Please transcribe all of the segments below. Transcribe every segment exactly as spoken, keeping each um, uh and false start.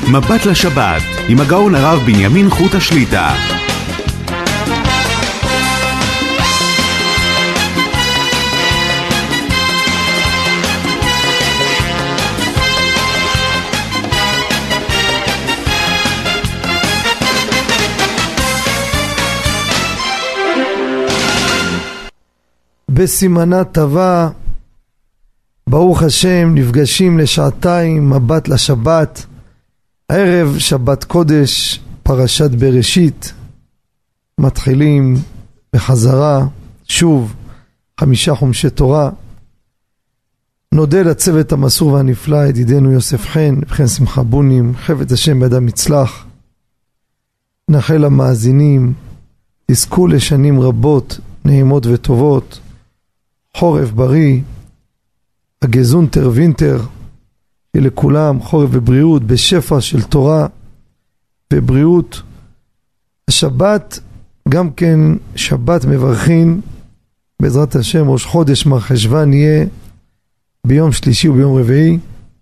מבט לשבת עם הגאון הרב בנימין חוט השליטה. בסימנה טובה, ברוך השם, נפגשים לשעתיים מבט לשבת. הערב שבת קודש, פרשת בראשית, מתחילים בחזרה שוב חמישה חומשי תורה. נודה לצוות המסור והנפלא, ידידנו יוסף חן וכן שמחה בונים, חפץ השם בידם יצלח. נאחל למאזינים תזכו לשנים רבות נעימות וטובות, חורף בריא, הגזונטר וינטר, לכולם חורף ובריאות, בשפע של תורה ובריאות. השבת גם כן שבת מברכין, בעזרת השם ראש חודש מר חשוון יהיה ביום שלישי וביום רביעי.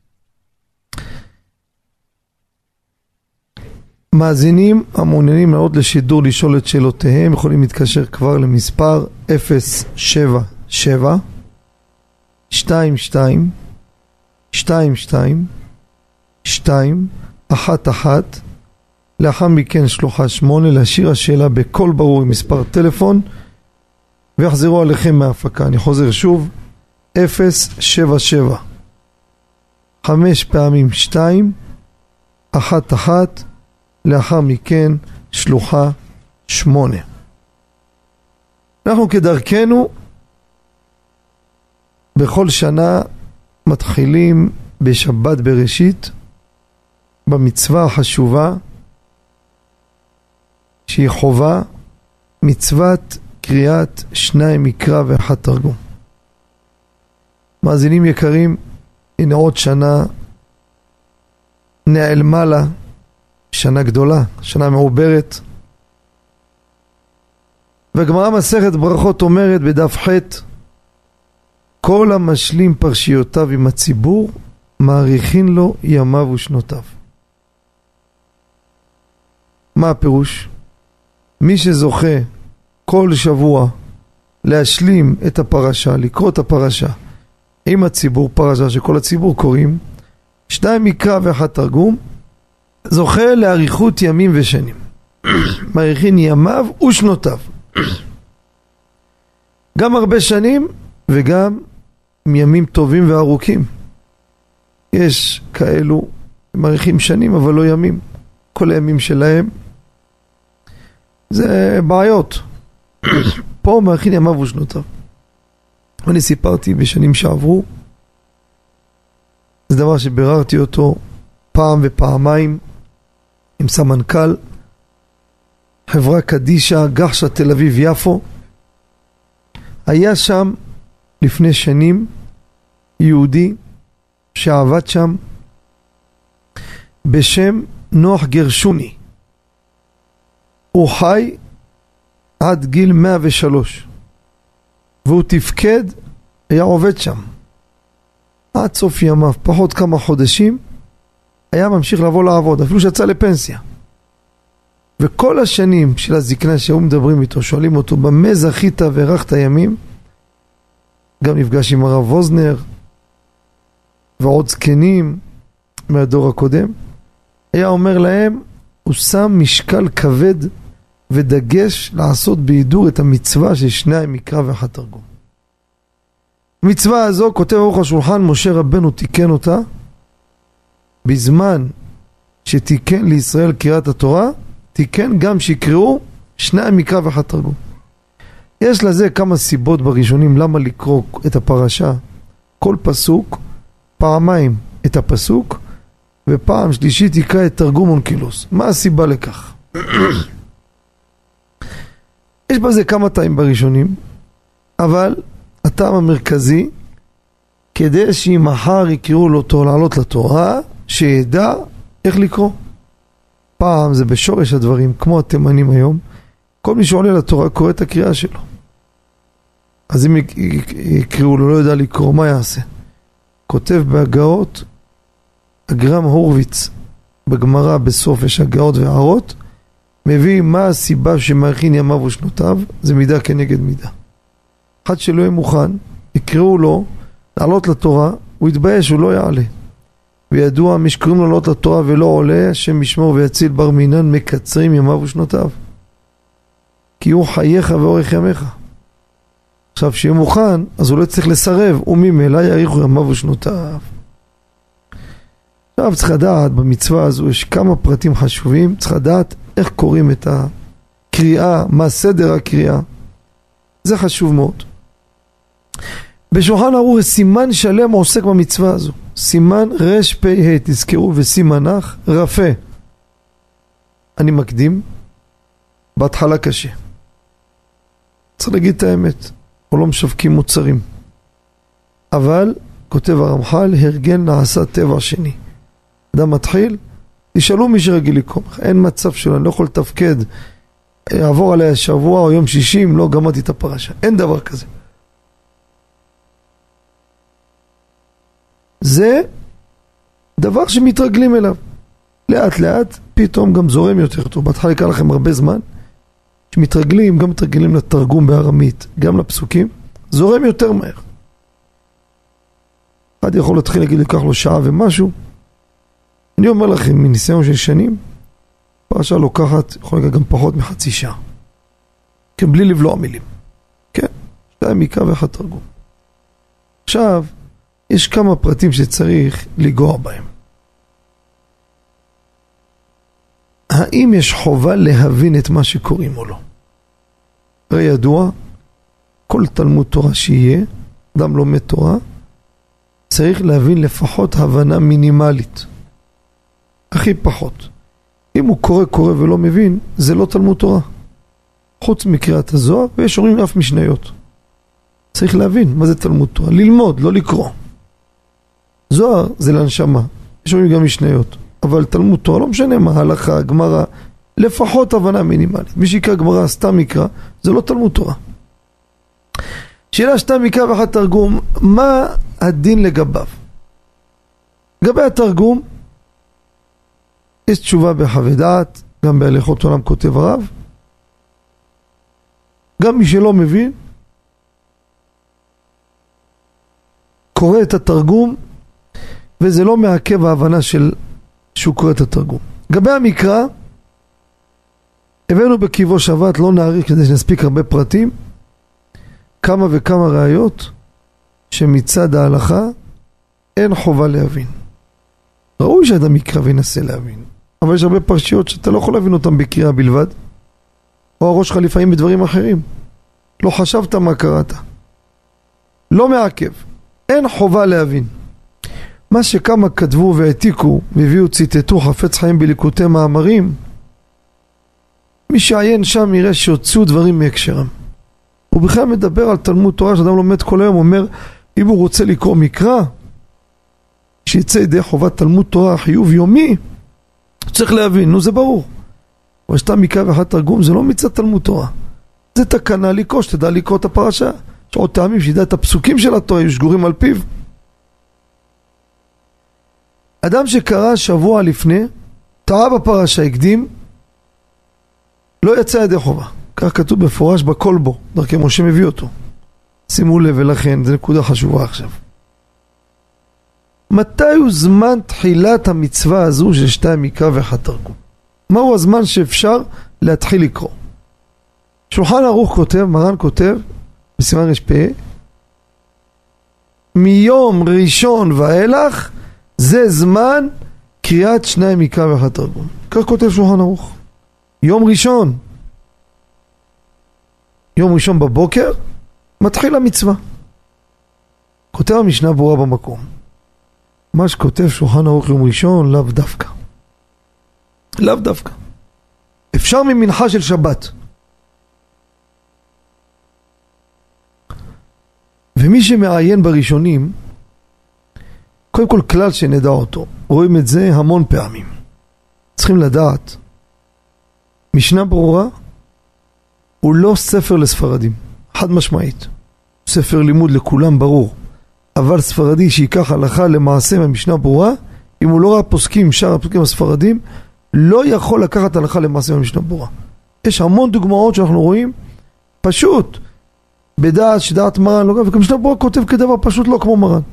מאזינים המעוניינים לעלות לשידור לשאול את שאלותיהם יכולים להתקשר כבר למספר אפס שבע שבע שתיים שתיים שתיים שתיים שתיים אחת אחת, לאחר מכן שלוחה שמונה, להשאיר השאלה בקול ברור עם מספר טלפון ויחזרו עליכם מההפקה. אני חוזר שוב, אפס שבע שבע חמש פעמים שתיים אחת אחת, לאחר מכן שלוחה שמונה. אנחנו כדרכנו בכל שנה מתחילים בשבת בראשית במצווה החשובה שהיא חובה, מצוות קריאת שניים מקרא ואחד תרגום. מאזינים יקרים, הנה עוד שנה נעלמה לה, שנה גדולה, שנה מעוברת. והגמרא מסכת ברכות אומרת בדף ח' כל המשלים פרשיותיו עם הציבור מעריכין לו ימיו ושנותיו. מה הפירוש? מי שזוכה כל שבוע להשלים את הפרשה, לקרוא את הפרשה עם הציבור, פרשה שכל הציבור קוראים, שניים מקרא ואחד תרגום, זוכה לאריכות ימים ושנים. מעריכין ימיו ושנותיו. גם הרבה שנים וגם ימים טובים וארוכים. יש כאלו מעריכים שנים אבל לא ימים. כל הימים שלהם זה בעיות. פה מעריכין ימיו ושנותיו. אני סיפרתי בשנים שעברו, זה דבר שבררתי אותו פעם ופעמיים עם סמנכ"ל חברה קדישה גחשה תל אביב יפו. היה שם לפני שנים יהודי שעבד שם בשם נוח גרשוני. הוא חי עד גיל מאה ושלוש והוא תפקד, היה עובד שם עד סוף ימיו, פחות כמה חודשים היה ממשיך לבוא לעבוד, אפילו שיצא לפנסיה. וכל השנים של הזקנה שהיו מדברים איתו, שואלים אותו במה זכית והארכת ימים, גם נפגש עם הרב ווזנר ועוד זקנים מהדור הקודם, היה אומר להם, הוא שם משקל כבד ודגש לעשות בהידור את המצווה של שניים מקרא ואחד תרגום. המצווה הזו, כותב אורך השולחן, משה רבנו תיקן אותה בזמן שתיקן לישראל קריאת התורה, תיקן גם שיקראו שניים מקרא ואחד תרגום. יש לזה כמה סיבות בראשונים למה לקרוא את הפרשה, כל פסוק פעמיים את הפסוק ופעם שלישית יקרא את תרגום אונקילוס. מה הסיבה לכך? יש בזה כמה טעים בראשונים, אבל הטעם המרכזי כדי שאם מחר יקראו לו תור לעלות לתורה, שידע איך לקרוא. פעם זה בשורש הדברים, כמו התימנים היום, כל מי שעולה לתורה קורא את הקריאה שלו. אז אם יקראו לו, לא יודע לקרוא, מה יעשה? כותב בהגאות אגרם הורוביץ, בגמרא בסוף יש הגאות והערות, מביא מה הסיבה שמאריכין ימיו ושנותיו, זה מידה כנגד מידה. אחד שלא יהיה מוכן, יקראו לו לעלות לתורה, הוא יתבייש, הוא לא יעלה. וידוע, מי שקוראים לו לעלות לתורה ולא עולה, השם ישמור ויציל בר מינן, מקצרים ימיו ושנותיו. כי הוא חייך ואורך ימיך. עכשיו, שיהיה מוכן, אז הוא לא צריך לסרב, וממילא יאריכו ימיו ושנותיו. עכשיו צריך לדעת, במצווה הזו יש כמה פרטים חשובים, צריך לדעת איך קוראים את הקריאה, מה סדר הקריאה. זה חשוב מאוד. בשולחן ערוך סימן שלם עוסק במצווה הזו. סימן רש פי ה', תזכרו, וסימנך רפה. אני מקדים, בהתחלה קשה. צריך להגיד את האמת, או לא משווקים מוצרים. אבל, כותב הרמח"ל, הרגל נעשה טבע שני. אדם מתחיל, תשאלו מי שרגיל לקרוא. אין מצב שלו, אני לא יכול לתפקד, יעבור עליי השבוע או יום שישי, אם לא גמרתי את הפרשה. אין דבר כזה. זה דבר שמתרגלים אליו. לאט לאט, פתאום גם זורם יותר טוב. בהתחלה יקרה לכם הרבה זמן, שמתרגלים, גם מתרגלים לתרגום בארמית, גם לפסוקים, זורם יותר מהר. אחד יכול להתחיל להגיד לקח לו שעה ומשהו. אני אומר לכם, מניסיון של שנים, פרשה לוקחת, יכול להיות גם פחות מחצי שעה. כן, בלי לבלוע מילים. כן, שתיים מקרא ואחד תרגום. עכשיו, יש כמה פרטים שצריך לגוע בהם. האם יש חובה להבין את מה שקוראים או לא? הרי ידוע, כל תלמוד תורה שיהיה, אדם לומד תורה, צריך להבין לפחות הבנה מינימלית. הכי פחות. אם הוא קורא קורא ולא מבין, זה לא תלמוד תורה. חוץ מקריאת הזוהר, ויש אומרים אף משניות. צריך להבין מה זה תלמוד תורה. ללמוד, לא לקרוא. זוהר זה להנשמה. יש אומרים גם משניות. אבל תלמוד תורה לא משנה מה, הלכה, גמרא, לפחות הבנה מינימלית. מי שיקרא גמרא, סתם יקרא, זה לא תלמוד תורה. שאלה שתיים מקרא ואחד תרגום, מה הדין לגביו? לגבי התרגום, יש תשובה בחוות דעת, גם בהלכות עולם כותב הרב. גם מי שלא מבין, קורא את התרגום, וזה לא מעכב ההבנה של שהוא קורא את התרגום. לגבי המקרא, הבאנו בקיבו שבת, לא נאריך כדי שנספיק הרבה פרטים, כמה וכמה ראיות שמצד ההלכה אין חובה להבין. ראוי שאדם יקרא וינסה להבין, אבל יש הרבה פרשיות שאתה לא יכול להבין אותם בקריאה בלבד, או הראש שלך לפעמים בדברים אחרים. לא חשבת מה קראת. לא מעכב. אין חובה להבין. מה שכמה כתבו והעתיקו והביאו ציטטו חפץ חיים בליקוטי מאמרים, מי שעיין שם יראה שהוציאו דברים מהקשרם. הוא בכלל מדבר על תלמוד תורה שאדם לומד כל היום, אומר אם הוא רוצה לקרוא מקרא שיצא ידי חובת תלמוד תורה חיוב יומי, צריך להבין, נו זה ברור. אבל שאתה מקרא ואחד תרגום זה לא מצד תלמוד תורה, זה תקנה לקרוא, שתדע לקרוא את הפרשה. יש עוד טעמים שידע את הפסוקים של התורה, יהיו שגורים על פיו. אדם שקרא שבוע לפני, טעה בפרשה, הקדים, לא יצא ידי חובה. כך כתוב בפורש בכל בו, דרכי משה מביא אותו. שימו לב, ולכן, זו נקודה חשובה עכשיו. מתי הוא זמן תחילת המצווה הזו של שתיים מקרא ואחד תרגום? מהו הזמן שאפשר להתחיל לקרוא? שולחן ערוך כותב, מרן כותב, בסימן רשפה, מיום ראשון ואילך, זה זמן קריאת שניים מקרא ואחד תרגום. כך כותב שולחן ערוך. יום ראשון. יום ראשון בבוקר, מתחיל המצווה. כותב המשנה ברורה במקום. מה שכותב שולחן ערוך יום ראשון, לאו דווקא. לאו דווקא. אפשר ממנחה של שבת. ומי שמעיין בראשונים, קודם כל כלל שנדע אותו, רואים את זה המון פעמים. צריכים לדעת, משנה ברורה הוא לא ספר לספרדים, חד משמעית. ספר לימוד לכולם ברור, אבל ספרדי שיקח הלכה למעשה מהמשנה ברורה, אם הוא לא ראה פוסקים, שאר הפוסקים הספרדים, לא יכול לקחת הלכה למעשה במשנה ברורה. יש המון דוגמאות שאנחנו רואים, פשוט, בדעת, שדעת מרן, לא, וגם משנה ברורה כותב כדבר פשוט לא כמו מרן.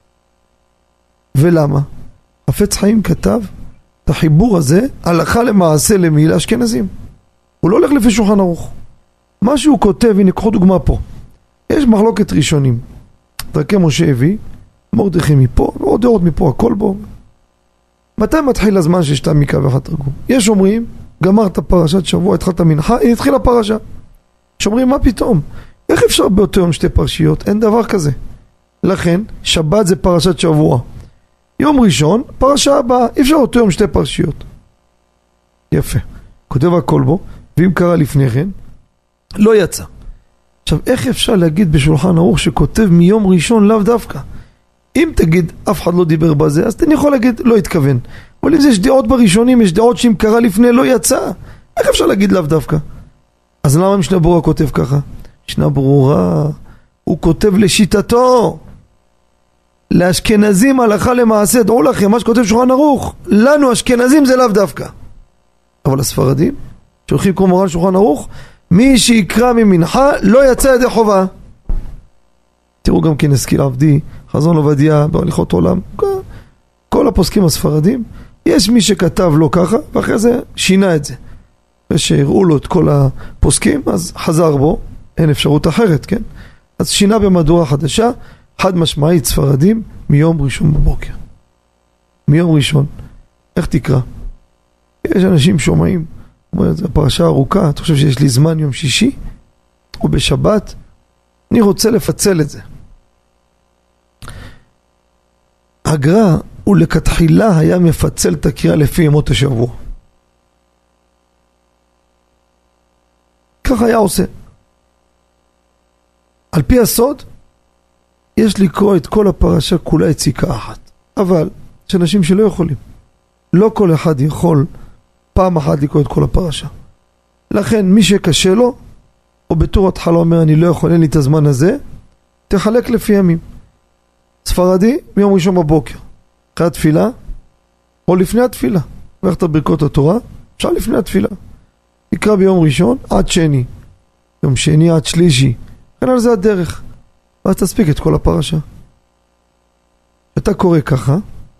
ולמה? חפץ חיים כתב את החיבור הזה, הלכה למעשה למי? לאשכנזים. הוא לא הולך לפי שולחן ערוך. מה שהוא כותב, הנה, קחו דוגמה פה. יש מחלוקת ראשונים. דרכי משה הביא, מרדכי מפה, ועוד דעות מפה, הכל בו. מתי מתחיל הזמן שיש שתי מקרא ואחד תרגום? יש אומרים, גמרת פרשת שבוע, התחלת מנחה, היא התחילה פרשה. שאומרים, מה פתאום? איך אפשר באותו יום שתי פרשיות? אין דבר כזה. לכן, שבת זה פרשת שבוע. יום ראשון, פרשה הבאה, אי אפשר אותו יום שתי פרשיות. יפה. כותב הכל בו, ואם קרא לפני כן, לא יצא. עכשיו, איך אפשר להגיד בשולחן ערוך שכותב מיום ראשון לאו דווקא? אם תגיד, אף אחד לא דיבר בזה, אז אני יכול להגיד, לא התכוון. אבל אם יש דעות בראשונים, יש דעות שאם קרא לפני, לא יצא. איך אפשר להגיד לאו דווקא? אז למה משנה ברורה כותב ככה? משנה ברורה, הוא כותב לשיטתו. לאשכנזים הלכה למעשה, דעו לכם, מה שכותב שולחן ערוך, לנו אשכנזים זה לאו דווקא. אבל הספרדים, שהולכים כמו מרן שולחן ערוך, מי שיקרא ממנחה לא יצא ידי חובה. תראו גם כן השכיל עבדי, חזון עובדיה, בהליכות עולם, כל הפוסקים הספרדים, יש מי שכתב לו ככה, ואחרי זה שינה את זה. ושהראו לו את כל הפוסקים, אז חזר בו, אין אפשרות אחרת, כן? אז שינה במהדורה חדשה, חד משמעית ספרדים, מיום ראשון בבוקר. מיום ראשון. איך תקרא? יש אנשים שומעים, אומרת, הפרשה ארוכה, אתה חושב שיש לי זמן יום שישי? או בשבת? אני רוצה לפצל את זה. הגר"א הוא לכתחילה היה מפצל את הקריאה לפי ימות השבוע. ככה היה עושה. על פי הסוד, יש לקרוא את כל הפרשה כולה יציקה אחת. אבל, יש אנשים שלא יכולים. לא כל אחד יכול פעם אחת לקרוא את כל הפרשה. לכן, מי שקשה לו, או בתור התחלה אומר, אני לא יכול, אין לי את הזמן הזה, תחלק לפי ימים. ספרדי, מיום ראשון בבוקר. אחרי התפילה, או לפני התפילה. ואיך את ברכות התורה? אפשר לפני התפילה. נקרא ביום ראשון עד שני. יום שני עד שלישי. כן, על זה הדרך. ואז תספיק את כל הפרשה. אתה קורא ככה,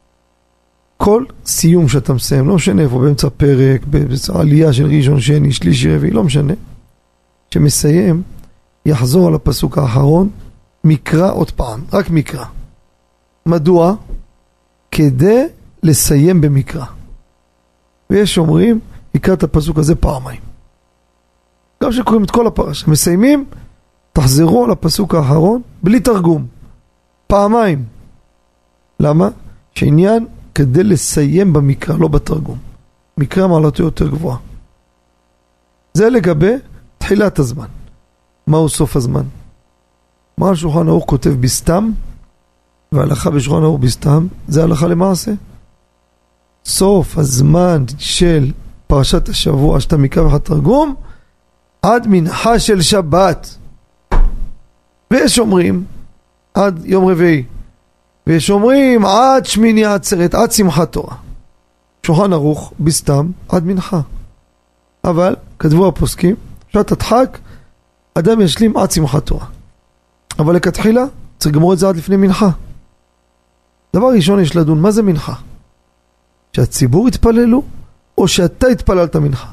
כל סיום שאתה מסיים, לא משנה איפה, באמצע פרק, בעלייה של ראשון, שני, שלישי, רביעי, לא משנה. שמסיים, יחזור על הפסוק האחרון, מקרא עוד פעם, רק מקרא. מדוע? כדי לסיים במקרא. ויש אומרים, יקרא את הפסוק הזה פעמיים. גם שקוראים את כל הפרשה, מסיימים, תחזרו על הפסוק האחרון, בלי תרגום. פעמיים. למה? שעניין כדי לסיים במקרא, לא בתרגום. מקרא מעלתו יותר גבוהה. זה לגבי תחילת הזמן. מהו סוף הזמן? מרן שולחן ערוך כותב בסתם, וההלכה בשולחן ערוך בסתם, זה הלכה למעשה. סוף הזמן של פרשת השבוע, שאתה מקרא ואחד תרגום, עד מנחה של שבת. ויש אומרים, עד יום רביעי. ויש אומרים, עד שמיני עצרת, עד שמחת תורה. שולחן ערוך בסתם, עד מנחה. אבל, כתבו הפוסקים, שעת הדחק, אדם ישלים עד שמחת תורה. אבל לכתחילה, צריך לגמור את זה עד לפני מנחה. דבר ראשון יש לדון, מה זה מנחה? שהציבור יתפללו, או שאתה התפללת מנחה?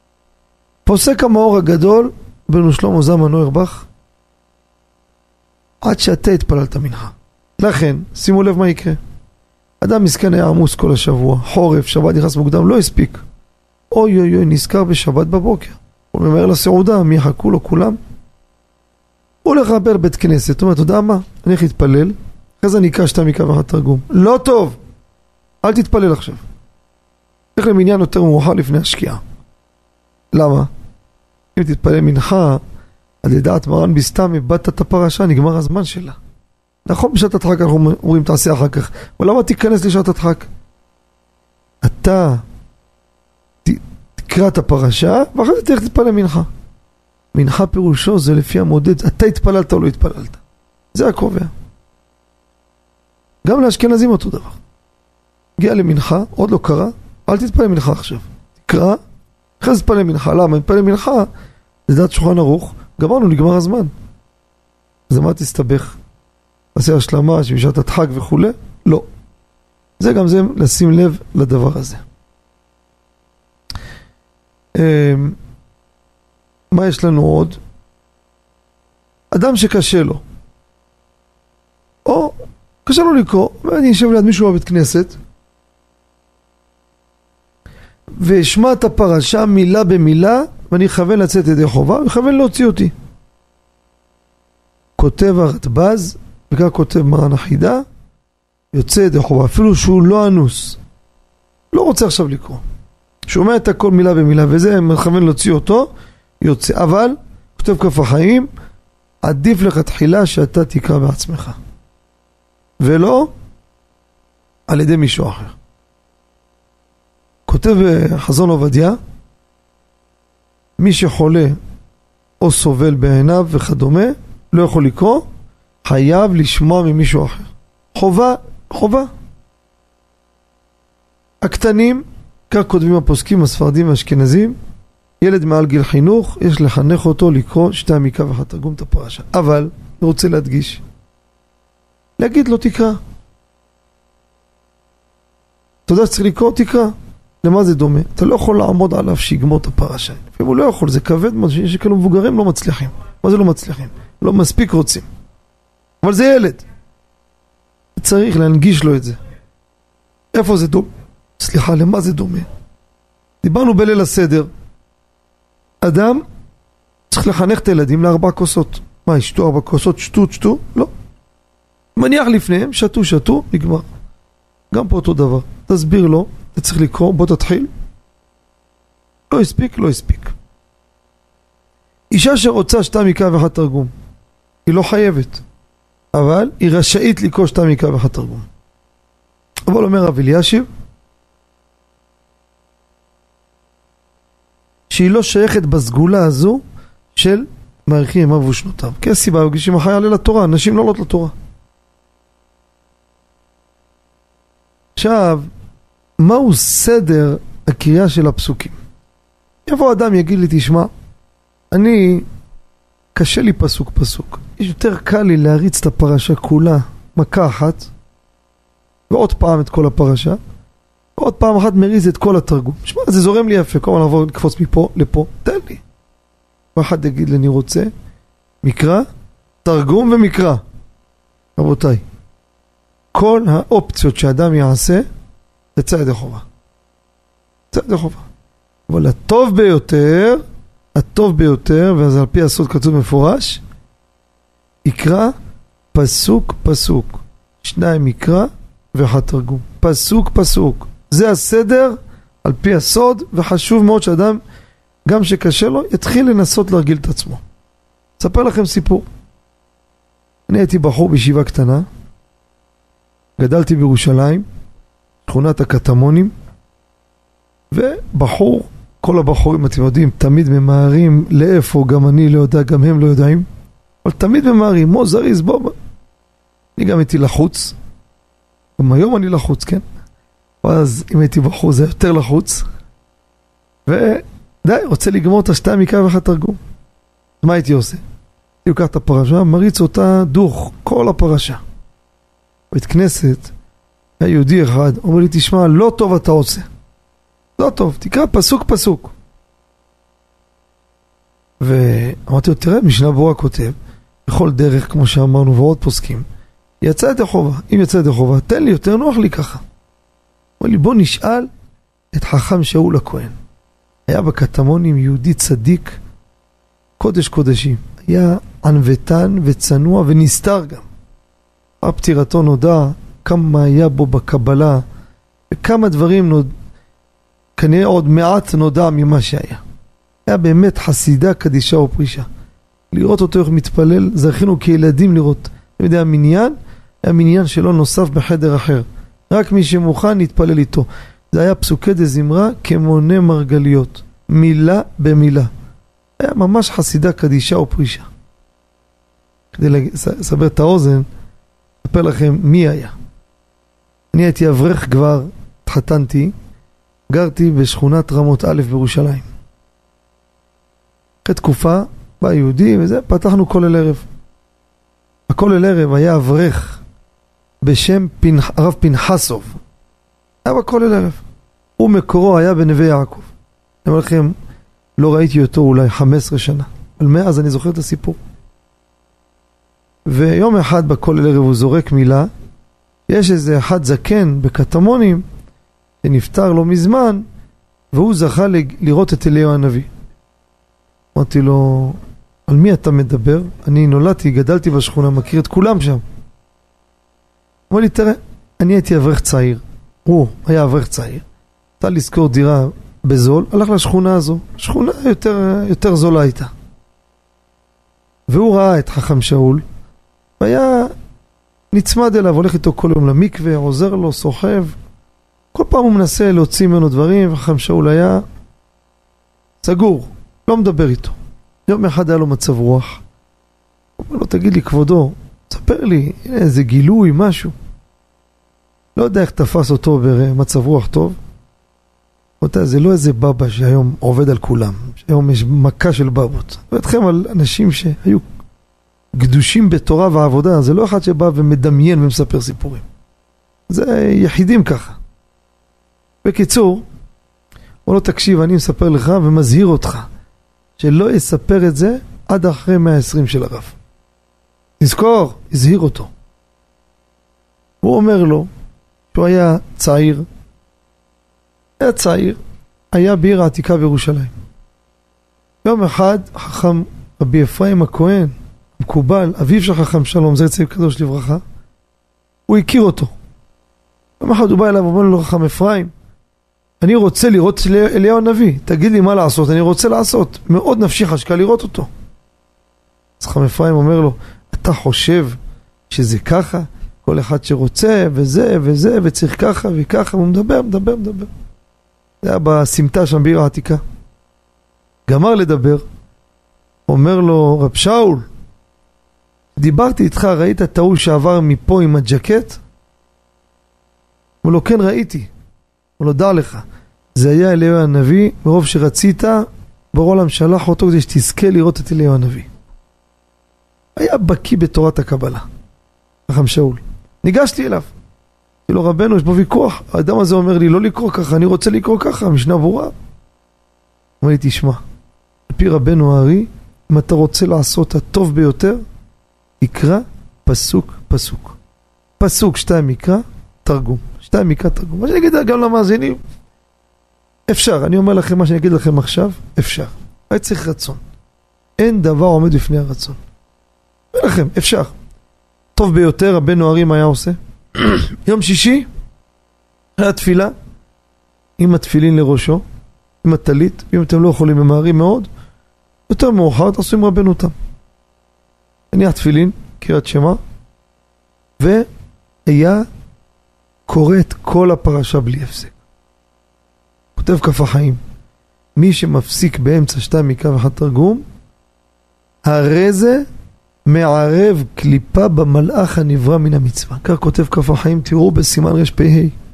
פוסק המאור הגדול, בנו שלמה זלמן אוירבך, עד שאתה התפללת מנחה. לכן, שימו לב מה יקרה. אדם מסכן היה עמוס כל השבוע, חורף, שבת נכנס מוקדם, לא הספיק. אוי אוי אוי, נזכר בשבת בבוקר. הוא ממהר לסעודה, מי יחכו לו כולם? הוא הולך לחבר בית כנסת, הוא אומר, אתה יודע מה? אני הולך להתפלל, אחרי זה נקרא שתי מקרא ואחד תרגום. לא טוב, אל תתפלל עכשיו. הולך למניין יותר מאוחר לפני השקיעה. למה? אם תתפלל מנחה, על ידעת מרן בסתם, איבדת את הפרשה, נגמר הזמן שלה. נכון, בשעת הדחק אנחנו אומרים תעשה אחר כך, אבל למה תיכנס לשעת הדחק? אתה תקרא את הפרשה, ואחרי זה תלך תתפלל מנחה. מנחה פירושו זה לפי המודד, אתה התפללת או לא התפללת. זה הקובע. גם לאשכנזים אותו דבר. הגיע למנחה, עוד לא קרה, אל תתפלל מנחה עכשיו. תקרא, אחרי זה תתפלל מנחה. למה? תתפלל מנחה, זה דעת שולחן ערוך, גמרנו, נגמר הזמן. אז מה תסתבך? עושה השלמה, שבשעת הדחק וכו'? לא. זה גם זה לשים לב לדבר הזה. מה יש לנו עוד? אדם שקשה לו, או קשה לו לקרוא, ואני אשב ליד מישהו בבית כנסת, ואשמע את הפרשה מילה במילה, ואני אכוון לצאת ידי חובה, ואכוון להוציא אותי. כותב הרדב"ז, וכך כותב מרן החידה, יוצא ידי חובה, אפילו שהוא לא אנוס, לא רוצה עכשיו לקרוא. שומע את הכל מילה במילה, וזה מכוון להוציא אותו, יוצא. אבל, כותב כף החיים, עדיף לך תחילה שאתה תקרא בעצמך. ולא על ידי מישהו אחר. כותב חזון עובדיה, מי שחולה או סובל בעיניו וכדומה, לא יכול לקרוא, חייב לשמוע ממישהו אחר. חובה, חובה. הקטנים, כך כותבים הפוסקים, הספרדים והאשכנזים, ילד מעל גיל חינוך, יש לחנך אותו לקרוא שתי המקרא ואחת תרגום את הפרשה. אבל, אני רוצה להדגיש, להגיד לו תקרא. אתה יודע שצריך לקרוא, תקרא. למה זה דומה? אתה לא יכול לעמוד עליו שיגמור את הפרשה. לפעמים הוא לא יכול, זה כבד, שכאילו מבוגרים לא מצליחים. מה זה לא מצליחים? לא מספיק רוצים. אבל זה ילד. צריך להנגיש לו את זה. איפה זה דומה? סליחה, למה זה דומה? דיברנו בליל הסדר. אדם צריך לחנך את הילדים לארבע כוסות. מה, ישתו ארבע כוסות? שתו, שתו? לא. מניח לפניהם, שתו, שתו, נגמר. גם פה אותו דבר. תסביר לו, אתה צריך לקרוא, בוא תתחיל. לא הספיק, לא הספיק. אישה שרוצה שתה מקרא ואחת תרגום, היא לא חייבת. אבל היא רשאית לקרוא שתה מקרא ואחת תרגום. אבל אומר רב אלישיב, שהיא לא שייכת בסגולה הזו של מעריכים ימיו ושנותיו. כי הסיבה הוא כשהיא מחר יעלה לתורה, אנשים לא עולות לתורה. עכשיו, מהו סדר הקריאה של הפסוקים? יבוא אדם יגיד לי, תשמע, אני, קשה לי פסוק פסוק. יש יותר קל לי להריץ את הפרשה כולה, מכה אחת, ועוד פעם את כל הפרשה, ועוד פעם אחת מריץ את כל התרגום. שמע, זה זורם לי יפה, כל מה נעבור לקפוץ מפה לפה, תן לי. ואחד יגיד לי, אני רוצה מקרא, תרגום ומקרא. רבותיי, כל האופציות שאדם יעשה, זה צא ידי חובה. צא ידי חובה. אבל הטוב ביותר, הטוב ביותר, ואז על פי הסוד כתוב מפורש, יקרא פסוק פסוק. שניים מקרא ואחד תרגום. פסוק פסוק. זה הסדר על פי הסוד, וחשוב מאוד שאדם, גם שקשה לו, יתחיל לנסות להרגיל את עצמו. אספר לכם סיפור. אני הייתי בחור בישיבה קטנה, גדלתי בירושלים, שכונת הקטמונים, ובחור, כל הבחורים אתם יודעים, תמיד ממהרים לאיפה, גם אני לא יודע, גם הם לא יודעים, אבל תמיד ממהרים, מו זריז, בוא, אני גם הייתי לחוץ, גם היום אני לחוץ, כן? אז אם הייתי בחור זה יותר לחוץ, ודי, רוצה לגמור את השתי המקרא ואחת תרגום. מה הייתי עושה? הייתי לוקח את הפרשה, מריץ אותה דוך, כל הפרשה. בית כנסת, היה יהודי אחד, אומר לי, תשמע, לא טוב אתה עושה. לא טוב, תקרא פסוק פסוק. ואמרתי לו, תראה, משנה ברורה כותב, בכל דרך, כמו שאמרנו, ועוד פוסקים, יצא ידי חובה. אם יצא ידי חובה, תן לי, יותר נוח לי ככה. אמר לי, בוא נשאל את חכם שאול הכהן. היה בקטמונים יהודי צדיק, קודש קודשים. היה ענוותן וצנוע ונסתר גם. הפטירתו נודע, כמה היה בו בקבלה, וכמה דברים נודע, כנראה עוד מעט נודע ממה שהיה. היה באמת חסידה, קדישה ופרישה. לראות אותו איך מתפלל, זכינו כילדים לראות. אני יודע, המניין, היה מניין שלא נוסף בחדר אחר. רק מי שמוכן להתפלל איתו. זה היה פסוקי דזמרה כמונה מרגליות. מילה במילה. היה ממש חסידה, קדישה ופרישה. כדי לסבר את האוזן, אספר לכם מי היה. אני הייתי אברך כבר שהתחתנתי, גרתי בשכונת רמות א' בירושלים. אחרי תקופה, בא יהודי וזה, פתחנו כולל ערב. הכולל ערב היה אברך בשם פנח, הרב פנחסוב. היה בכולל ערב. הוא מקורו היה בנווה יעקב. אני אומר לכם, לא ראיתי אותו אולי חמש עשרה שנה. אבל מאז אני זוכר את הסיפור. ויום אחד בכולל ערב הוא זורק מילה, יש איזה אחד זקן בקטמונים, שנפטר לו מזמן, והוא זכה לראות את אליהו הנביא. אמרתי לו, על מי אתה מדבר? אני נולדתי, גדלתי בשכונה, מכיר את כולם שם. אמר לי, תראה, אני הייתי אברך צעיר. הוא היה אברך צעיר. אתה לזכור דירה בזול, הלך לשכונה הזו. שכונה יותר, יותר זולה הייתה. והוא ראה את חכם שאול, והיה נצמד אליו, הולך איתו כל יום למקווה, עוזר לו, סוחב. כל פעם הוא מנסה להוציא ממנו דברים, וחכם שאול היה סגור, לא מדבר איתו. יום אחד היה לו מצב רוח. הוא אומר לו, תגיד לי כבודו, תספר לי, איזה גילוי, משהו. לא יודע איך תפס אותו במצב רוח טוב. אותה, זה לא איזה בבא שהיום עובד על כולם, שהיום יש מכה של בבות. ואתכם על אנשים שהיו קדושים בתורה ועבודה, זה לא אחד שבא ומדמיין ומספר סיפורים. זה יחידים ככה. בקיצור, הוא לא תקשיב, אני מספר לך ומזהיר אותך, שלא יספר את זה עד אחרי מאה ועשרים של הרב. נזכור, הזהיר אותו. הוא אומר לו, שהוא היה צעיר, היה צעיר, היה בעיר העתיקה בירושלים. יום אחד, חכם רבי אפרים הכהן, מקובל, אביו של חכם שלום, זכר צדיק קדוש לברכה, הוא הכיר אותו. יום אחד הוא בא אליו ואומר לו, חכם אפרים, אני רוצה לראות אליהו הנביא, תגיד לי מה לעשות, אני רוצה לעשות, מאוד נפשי חשקה לראות אותו. אז חכם אפרים אומר לו, אתה חושב שזה ככה? כל אחד שרוצה וזה וזה וצריך ככה וככה, הוא מדבר, מדבר, מדבר. זה היה בסמטה שם בעיר העתיקה. גמר לדבר, אומר לו, רב שאול, דיברתי איתך, ראית את ההוא שעבר מפה עם הג'קט? הוא לא, כן ראיתי. הוא לא, דע לך, זה היה אליהו הנביא, מרוב שרצית, ברור העולם שלח אותו כדי שתזכה לראות את אליהו הנביא. היה בקיא בתורת הקבלה, חכם שאול. ניגשתי אליו. אמרתי לו, רבנו, יש בו ויכוח. האדם הזה אומר לי, לא לקרוא ככה, אני רוצה לקרוא ככה, המשנה ברורה. אמר לי, תשמע, על פי רבנו הארי, אם אתה רוצה לעשות הטוב ביותר, תקרא פסוק פסוק. פסוק שתיים מקרא, תרגום. שתיים מקרא, תרגום. מה שאני אגיד גם למאזינים, אפשר. אני אומר לכם מה שאני אגיד לכם עכשיו, אפשר. היה צריך רצון. אין דבר עומד בפני הרצון. אומר לכם, אפשר. טוב ביותר, רבנו הארי מה היה עושה? יום שישי, היה תפילה, עם התפילין לראשו, עם הטלית, אם אתם לא יכולים ממהרים מאוד, יותר מאוחר תעשו עם רבנו אותם. הניח תפילין, קריאת שמע, והיה קורא את כל הפרשה בלי הפסק. כותב כף החיים, מי שמפסיק באמצע שתיים מקרא ואחד תרגום, הרי זה מערב קליפה במלאך הנברא מן המצווה. כך כותב כף החיים, תראו בסימן רש פ"ה.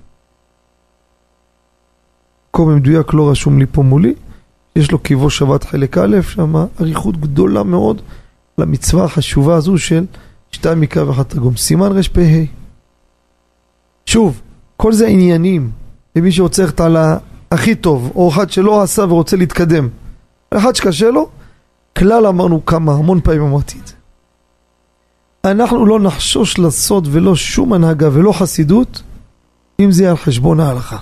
מקום מדויק לא רשום לי פה מולי, יש לו קיבו שבת חלק א', שם עריכות גדולה מאוד למצווה החשובה הזו של שתיים מקרא ואחד תרגום. סימן רש פ"ה. שוב, כל זה עניינים למי שרוצה ללכת על הכי טוב, או אחד שלא עשה ורוצה להתקדם. אחד שקשה לו, כלל אמרנו כמה, המון פעמים אמרתי את זה. אנחנו לא נחשוש לעשות ולא שום הנהגה ולא חסידות, אם זה על חשבון ההלכה.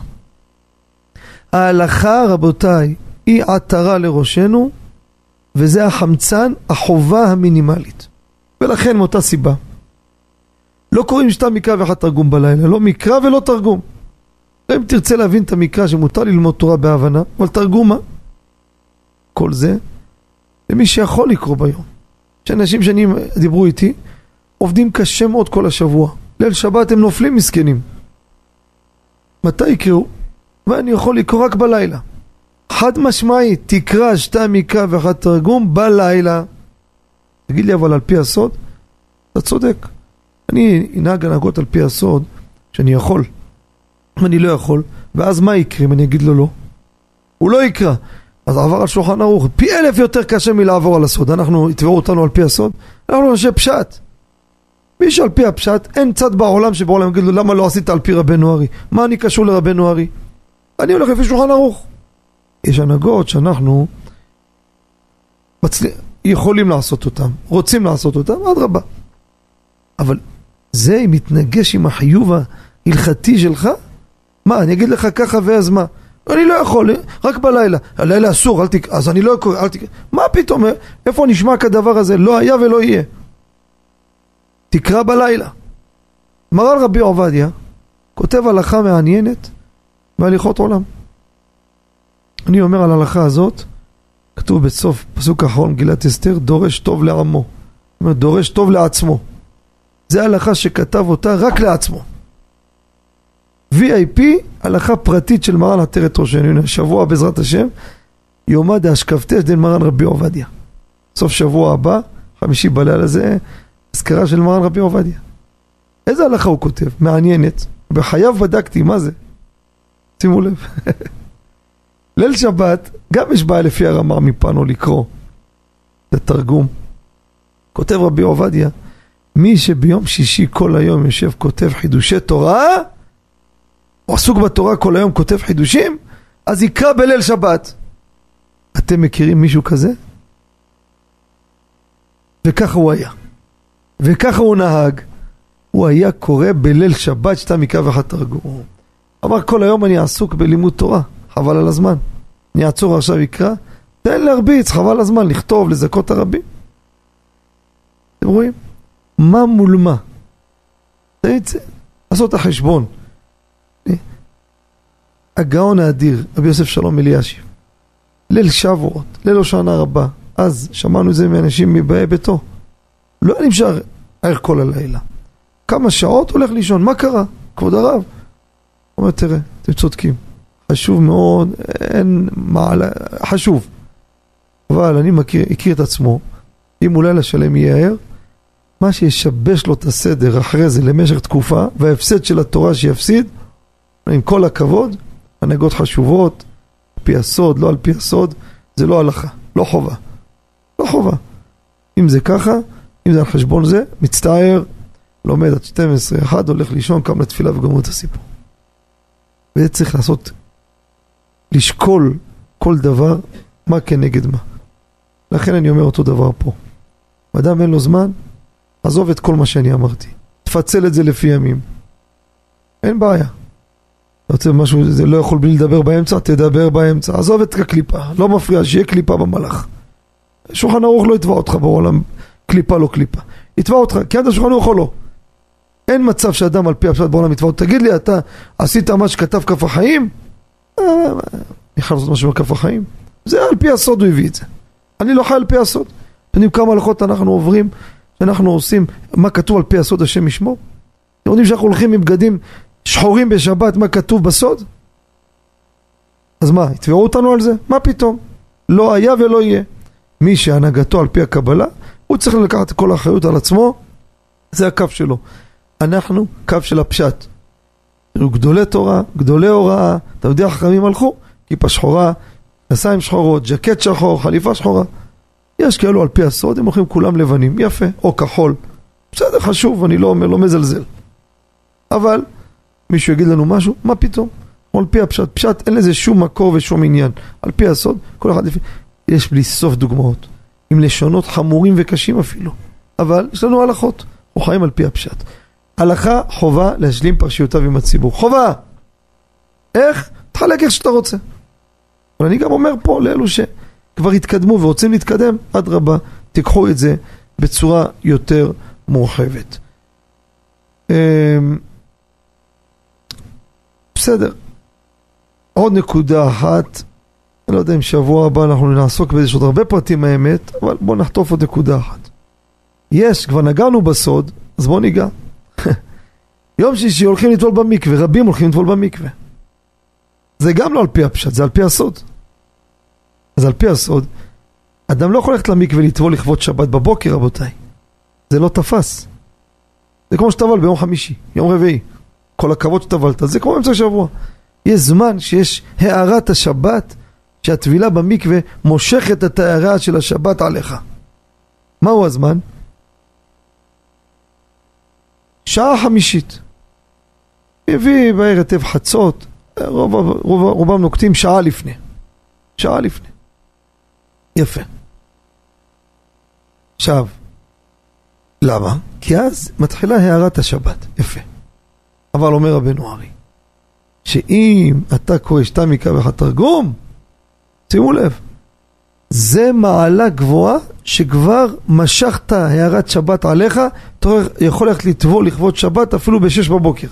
ההלכה, רבותיי, היא עטרה לראשנו, וזה החמצן, החובה המינימלית. ולכן מאותה סיבה. לא קוראים שתיים מקרא ואחד תרגום בלילה, לא מקרא ולא תרגום. אם תרצה להבין את המקרא שמותר ללמוד תורה בהבנה, אבל תרגומה, כל זה, למי שיכול לקרוא ביום. שאנשים שאני דיברו איתי, עובדים קשה מאוד כל השבוע. ליל שבת הם נופלים מסכנים. מתי יקראו? ואני יכול לקרוא רק בלילה. חד משמעי, תקרא שתיים מקרא ואחד תרגום בלילה. תגיד לי אבל על פי הסוד, אתה צודק. אני אנהג הנהגות על פי הסוד, שאני יכול. אם אני לא יכול, ואז מה יקרה אם אני אגיד לו לא? הוא לא יקרא. אז עבר על שולחן ערוך, פי אלף יותר קשה מלעבור על הסוד. אנחנו, יתבעו אותנו על פי הסוד, אנחנו נשאר פשט. מי שעל פי הפשט, אין צד בעולם שבעולם יגיד לו, למה לא עשית על פי רבנו ארי? מה אני קשור לרבנו ארי? אני הולך לפי שולחן ערוך. יש הנהגות שאנחנו מצל... יכולים לעשות אותם, רוצים לעשות אותם, עד רבה. אבל זה מתנגש עם החיוב ההלכתי שלך? מה, אני אגיד לך ככה ואז מה? אני לא יכול, רק בלילה. הלילה אסור, אל תק... אז אני לא יכול, אל תק... מה פתאום? איפה נשמע כדבר הזה? לא היה ולא יהיה. תקרא בלילה. מרן רבי עובדיה כותב הלכה מעניינת בהליכות עולם. אני אומר על ההלכה הזאת, כתוב בסוף פסוק האחרון מגילת אסתר, דורש טוב לעמו. זאת אומרת, דורש טוב לעצמו. זה הלכה שכתב אותה רק לעצמו. וי איי פי, הלכה פרטית של מרן עטרת ראשנו. שבוע בעזרת השם, יומא דאשכבתש דין מרן רבי עובדיה. סוף שבוע הבא, חמישי בלילה הזה, הזכרה של מרן רבי עובדיה. איזה הלכה הוא כותב? מעניינת. בחייו בדקתי, מה זה? שימו לב. ליל שבת, גם יש בעיה לפי הרמ"ר מפנו לקרוא. זה תרגום. כותב רבי עובדיה, מי שביום שישי כל היום יושב כותב חידושי תורה, או עסוק בתורה כל היום כותב חידושים, אז יקרא בליל שבת. אתם מכירים מישהו כזה? וככה הוא היה. וככה הוא נהג. הוא היה קורא בליל שבת שתה מקרא ואחד תרגום. אמר כל היום אני עסוק בלימוד תורה, חבל על הזמן. אני אעצור עכשיו יקרא, תן להרביץ, חבל על הזמן, לכתוב, לזכות הרבים. אתם רואים? מה מול מה? לעשות את החשבון. הגאון האדיר, רבי יוסף שלום אלישיב, ליל שבועות, ליל הושענא רבה, אז שמענו את זה מאנשים מבאי ביתו. לא היה נמשך ערך כל הלילה. כמה שעות הולך לישון, מה קרה? כבוד הרב. הוא אומר, תראה, אתם צודקים. חשוב מאוד, אין מעלה, חשוב. אבל אני מכיר, הכיר את עצמו, אם אולי לשלם יהיה ער, מה שישבש לו את הסדר אחרי זה למשך תקופה, וההפסד של התורה שיפסיד, עם כל הכבוד, הנהגות חשובות, על פי הסוד, לא על פי הסוד, זה לא הלכה, לא חובה. לא חובה. אם זה ככה, אם זה על חשבון זה, מצטער, לומד עד שתים עשרה, אחד הולך לישון, קם לתפילה וגמרו את הסיפור. וזה צריך לעשות, לשקול כל דבר, מה כנגד מה. לכן אני אומר אותו דבר פה. אדם אין לו זמן, עזוב את כל מה שאני אמרתי. תפצל את זה לפי ימים. אין בעיה. אתה רוצה משהו, זה לא יכול בלי לדבר באמצע, תדבר באמצע. עזוב את הקליפה, לא מפריע, שיהיה קליפה במלאך. שולחן ערוך לא יתבע אותך בעולם, קליפה לא קליפה. יתבע אותך, כי עד השולחן ערוך או לא. אין מצב שאדם על פי הפשט בעולם יתבע אותך. תגיד לי, אתה עשית מה שכתב כף החיים? אני חייב לעשות משהו בכף החיים. זה על פי הסוד הוא הביא את זה. אני לא חי על פי הסוד. אתם יודעים כמה הלכות אנחנו עוברים, שאנחנו עושים מה כתוב על פי הסוד השם ישמור? אתם יודעים שאנחנו הולכים עם בגדים שחורים בשבת, מה כתוב בסוד? אז מה, יתבעו אותנו על זה? מה פתאום? לא היה ולא יהיה. מי שהנהגתו על פי הקבלה, הוא צריך לקחת כל האחריות על עצמו, זה הקו שלו. אנחנו קו של הפשט. גדולי תורה, גדולי הוראה, אתה יודע, חכמים הלכו, כיפה שחורה, נסיים שחורות, ג'קט שחור, חליפה שחורה. יש כאלו על פי הסוד, הם הולכים כולם לבנים, יפה, או כחול. בסדר, חשוב, אני לא אומר, לא מזלזל. אבל מישהו יגיד לנו משהו, מה פתאום? על פי הפשט, פשט אין לזה שום מקור ושום עניין. על פי הסוד, כל אחד לפי... יש בלי סוף דוגמאות, עם לשונות חמורים וקשים אפילו. אבל יש לנו הלכות, אנחנו חיים על פי הפשט. הלכה חובה להשלים פרשיותיו עם הציבור. חובה! איך? תחלק איך שאתה רוצה. אבל אני גם אומר פה לאלו שכבר התקדמו ורוצים להתקדם, עד רבה, תיקחו את זה בצורה יותר מורחבת. בסדר. עוד נקודה אחת, אני לא יודע אם שבוע הבא אנחנו נעסוק בזה, יש עוד הרבה פרטים האמת, אבל בואו נחטוף עוד נקודה אחת. יש, כבר נגענו בסוד, אז בואו ניגע. יום שישי הולכים לטבול במקווה, רבים הולכים לטבול במקווה. זה גם לא על פי הפשט, זה על פי הסוד. אז על פי הסוד, אדם לא יכול ללכת למקווה לטבול לכבוד שבת בבוקר, רבותיי. זה לא תפס. זה כמו שטבל ביום חמישי, יום רביעי. כל הכבוד שטבלת, זה כמו אמצע שבוע. יש זמן שיש הערת השבת, שהטבילה במקווה מושכת את ההערה של השבת עליך. מהו הזמן? שעה חמישית. הביא בערב חצות, רוב, רוב, רובם נוקטים שעה לפני. שעה לפני. יפה. עכשיו, למה? כי אז מתחילה הערת השבת. יפה. אבל אומר רבנו ארי, שאם אתה קורא שתה מקרא ואחד תרגום, שימו לב, זה מעלה גבוהה שכבר משכת הערת שבת עליך, אתה יכול ללכת לטבול לכבוד שבת אפילו בשש בבוקר.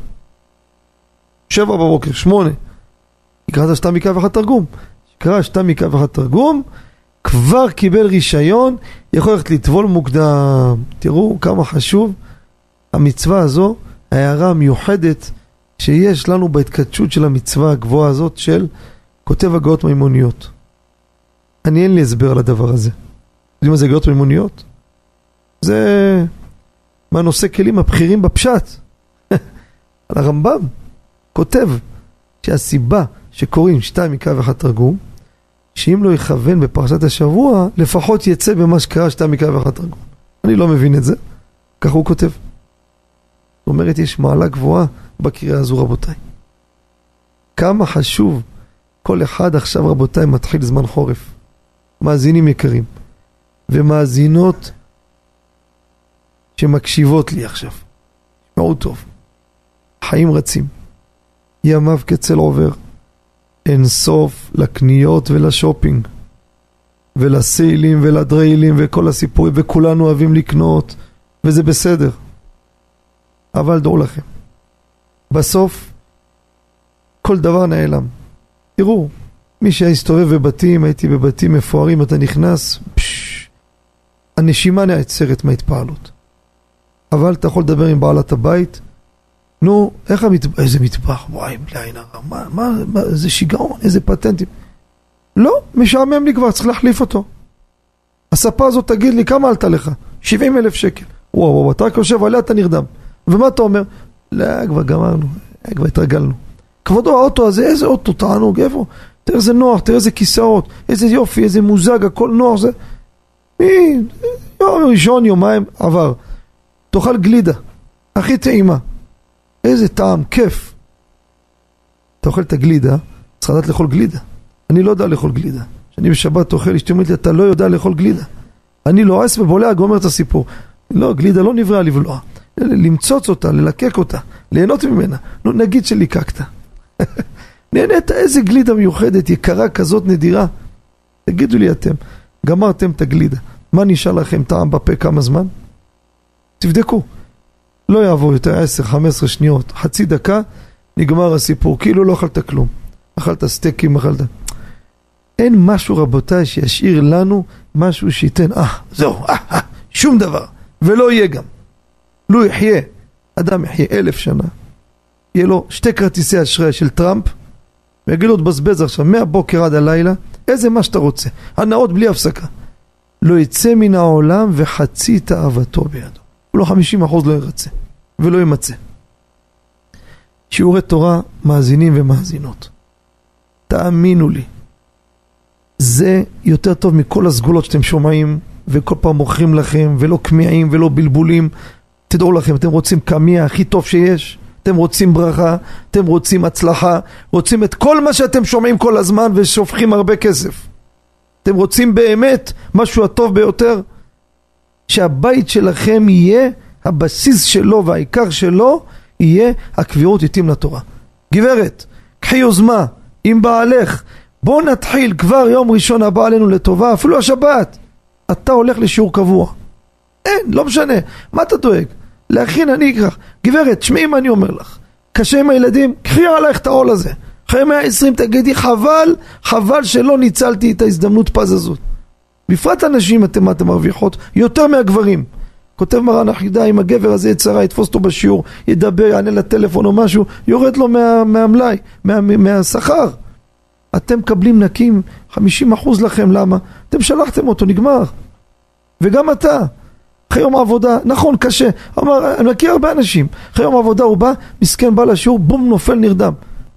שבע בבוקר, שמונה. יקראת שתה מקרא ואחד תרגום. יקרא שתה מקרא ואחד תרגום, כבר קיבל רישיון, יכול ללכת לטבול מוקדם. תראו כמה חשוב המצווה הזו, ההערה המיוחדת שיש לנו בהתקדשות של המצווה הגבוהה הזאת של כותב הגאות מימוניות. אני אין לי הסבר על הדבר הזה. יודעים מה זה הגאות מימוניות? זה מהנושא כלים הבכירים בפשט. על הרמב"ם כותב שהסיבה שקוראים שתה מקרא ואחד תרגום, שאם לא יכוון בפרשת השבוע, לפחות יצא במה שקרא שתה מקרא ואחד תרגום. אני לא מבין את זה. כך הוא כותב. זאת אומרת, יש מעלה גבוהה בקריאה הזו, רבותיי. כמה חשוב כל אחד עכשיו, רבותיי, מתחיל זמן חורף. מאזינים יקרים. ומאזינות שמקשיבות לי עכשיו. מאוד טוב. חיים רצים. ימיו כצל עובר. אין סוף לקניות ולשופינג. ולסיילים ולדריילים וכל הסיפורים. וכולנו אוהבים לקנות. וזה בסדר. אבל דעו לכם. בסוף כל דבר נעלם. תראו, מי שהסתובב בבתים, הייתי בבתים מפוארים, אתה נכנס, פש, הנשימה נעצרת מההתפעלות. אבל אתה יכול לדבר עם בעלת הבית, נו, איך המטבח, איזה מטבח, וואי, לעין הרע, מה, מה, מה, איזה שיגעון, איזה פטנטים. לא, משעמם לי כבר, צריך להחליף אותו. הספה הזאת תגיד לי, כמה עלתה לך? שבעים אלף שקל. וואו, וואו, אתה רק יושב עליה, אתה נרדם. ומה אתה אומר? לא, כבר גמרנו, כבר התרגלנו. כבודו, האוטו הזה, איזה אוטו, תענוג, איפה? תראה איזה נוח, תראה איזה כיסאות, איזה יופי, איזה מוזג, הכל נוח זה. מי, יום ראשון, יומיים, עבר. תאכל גלידה, הכי טעימה. איזה טעם, כיף. תאכל את הגלידה, צריך לדעת לאכול גלידה. אני לא יודע לאכול גלידה. כשאני בשבת תאכל, אשתי אומרת לי, אתה לא יודע לאכול גלידה. אני לא עס ובולע, גומר את הסיפור. לא, גלידה לא נבראה לבלוע. למצוץ אותה, ללקק אותה, ליהנות ממנה. נו, נגיד שליקקת. נהנית איזה גלידה מיוחדת, יקרה כזאת נדירה. תגידו לי אתם, גמרתם את הגלידה. מה נשאר לכם טעם בפה כמה זמן? תבדקו. לא יעבור יותר עשר חמש עשרה שניות, חצי דקה, נגמר הסיפור. כאילו לא אכלת כלום. אכלת סטייקים, אכלת... אין משהו, רבותיי, שישאיר לנו משהו שייתן, אה, זהו, אה, אה, שום דבר. ולא יהיה גם. לא יחיה. אדם יחיה אלף שנה. יהיה לו שתי כרטיסי אשראי של טראמפ, ויגיד לו תבזבז עכשיו מהבוקר עד הלילה, איזה מה שאתה רוצה, הנאות בלי הפסקה. לא יצא מן העולם וחצי תאוותו בידו. הוא לא חמישים אחוז לא ירצה, ולא ימצא. שיעורי תורה מאזינים ומאזינות. תאמינו לי, זה יותר טוב מכל הסגולות שאתם שומעים, וכל פעם מוכרים לכם, ולא קמיעים ולא בלבולים. תדעו לכם, אתם רוצים קמיע הכי טוב שיש, אתם רוצים ברכה, אתם רוצים הצלחה, רוצים את כל מה שאתם שומעים כל הזמן ושופכים הרבה כסף. אתם רוצים באמת משהו הטוב ביותר, שהבית שלכם יהיה, הבסיס שלו והעיקר שלו, יהיה הקביעות עתים לתורה. גברת, קחי יוזמה עם בעלך, בוא נתחיל כבר יום ראשון הבא עלינו לטובה, אפילו השבת. אתה הולך לשיעור קבוע. אין, לא משנה. מה אתה דואג? להכין אני אקרח. גברת, שמעי מה אני אומר לך. קשה עם הילדים, קחי עלייך את העול הזה. אחרי מאה ועשרים תגידי, חבל, חבל שלא ניצלתי את ההזדמנות פז הזאת. בפרט אנשים אתם מה אתם מרוויחות, יותר מהגברים. כותב מרן החידה, אם הגבר הזה יצרה, יתפוס אותו בשיעור, ידבר, יענה לטלפון או משהו, יורד לו מה, מהמלאי, מה, מהשכר. אתם מקבלים נקים חמישים אחוז לכם, למה? אתם שלחתם אותו, נגמר. וגם אתה, אחרי יום העבודה, נכון, קשה, אמר, אני מכיר הרבה אנשים, אחרי יום העבודה הוא בא, מסכן בא לשיעור, בום, נופל, נרדם.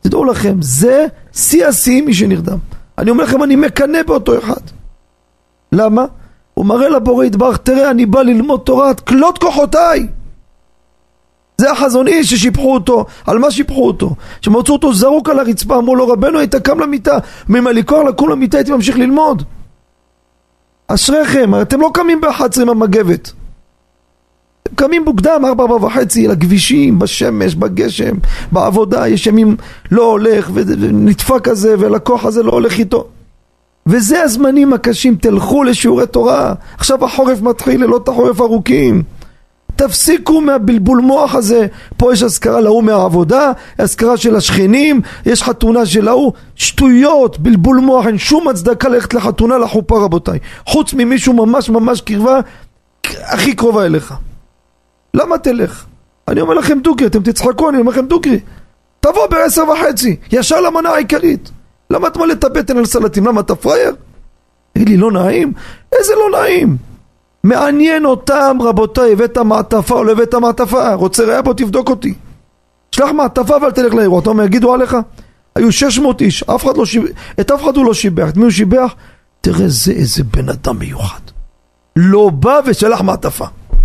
תדעו לכם, זה שיא השיאים מי שנרדם. אני אומר לכם, אני מקנא באותו אחד. למה? הוא מראה לבורא יתברך, תראה, אני בא ללמוד תורה, כלות כוחותיי. זה החזון איש ששיפחו אותו. על מה שיפחו אותו? שמצאו אותו זרוק על הרצפה, אמרו לו, רבנו, היית קם למיטה, ממליקור לקום למיטה, הייתי ממשיך ללמוד. אשריכם, אתם לא קמים ב-אחת עשרה עם המגבת. אתם קמים מוקדם, ארבע, ארבע וחצי, לכבישים, בשמש, בגשם, בעבודה, יש ימים לא הולך, ונדפק כזה, ולקוח הזה לא הולך איתו. וזה הזמנים הקשים, תלכו לשיעורי תורה. עכשיו החורף מתחיל, לילות החורף ארוכים. תפסיקו מהבלבול מוח הזה. פה יש הזכרה להוא מהעבודה, הזכרה של השכנים, יש חתונה של ההוא, שטויות, בלבול מוח, אין שום הצדקה ללכת לחתונה לחופה רבותיי, חוץ ממישהו ממש ממש קרבה, הכי קרובה אליך. למה תלך? אני אומר לכם דוגרי, אתם תצחקו, אני אומר לכם דוגרי, תבוא בעשר וחצי, ישר למנה העיקרית. למה את מלא את הבטן על סלטים? למה אתה פרייר? תגיד לי, לא נעים? איזה לא נעים? מעניין אותם רבותיי, הבאת מעטפה או לא הבאת מעטפה, רוצה ראה בוא תבדוק אותי, שלח מעטפה אבל תלך לאירוע. אתה אומר, יגידו עליך, היו שש מאות איש, אף אחד לא שיבח, את אף אחד הוא לא שיבח. את מי הוא שיבח? תראה זה איזה בן אדם מיוחד, לא בא ושלח מעטפה.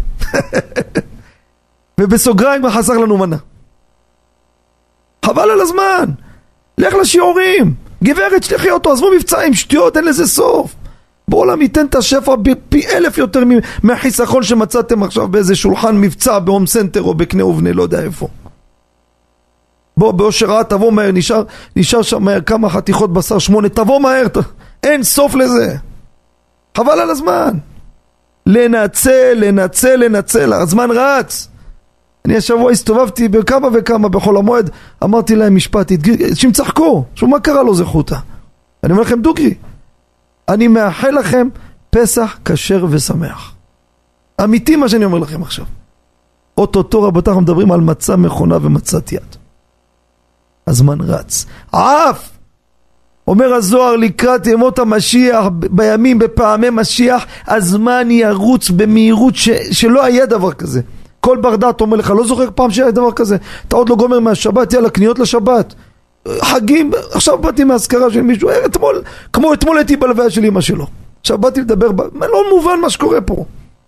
ובסוגריים כבר חסר לנו מנה. חבל על הזמן, לך לשיעורים, גברת שלחי אותו, עזבו מבצעים, שטויות, אין לזה סוף. בעולם ייתן את השפע פי אלף יותר מהחיסכון שמצאתם עכשיו באיזה שולחן מבצע בהום סנטר או בקנה ובנה, לא יודע איפה. בוא באושר רעה, תבוא מהר, נשאר, נשאר שם מהר כמה חתיכות בשר, שמונה, תבוא מהר, ת... אין סוף לזה. חבל על הזמן. לנצל, לנצל, לנצל, הזמן רץ. אני השבוע הסתובבתי בכמה וכמה בחול המועד, אמרתי להם משפט, שהם צחקו, שום מה קרה לו זכותה. אני אומר לכם דוגרי, אני מאחל לכם פסח כשר ושמח. אמיתי מה שאני אומר לכם עכשיו. אוטוטו רבותיי, אנחנו מדברים על מצה מכונה ומצת יד. הזמן רץ. עף! אומר הזוהר לקראת ימות המשיח, בימים בפעמי משיח, הזמן ירוץ במהירות ש... שלא היה דבר כזה. כל בר דעת אומר לך, לא זוכר פעם שהיה דבר כזה. אתה עוד לא גומר מהשבת, יאללה, קניות לשבת. חגים, עכשיו באתי מהזכרה של מישהו, אתמול, כמו אתמול הייתי בלוויה של אמא שלו. עכשיו באתי לדבר, לא מובן מה שקורה פה.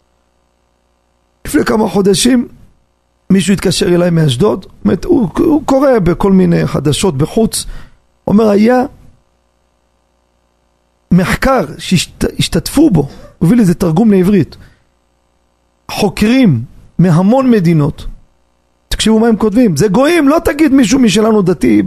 לפני כמה חודשים, מישהו התקשר אליי מאשדוד, הוא, הוא קורא בכל מיני חדשות בחוץ, אומר, היה מחקר שהשתתפו בו, הוביל לזה תרגום לעברית, חוקרים מהמון מדינות, תקשיבו מה הם כותבים, זה גויים, לא תגיד מישהו משלנו דתי,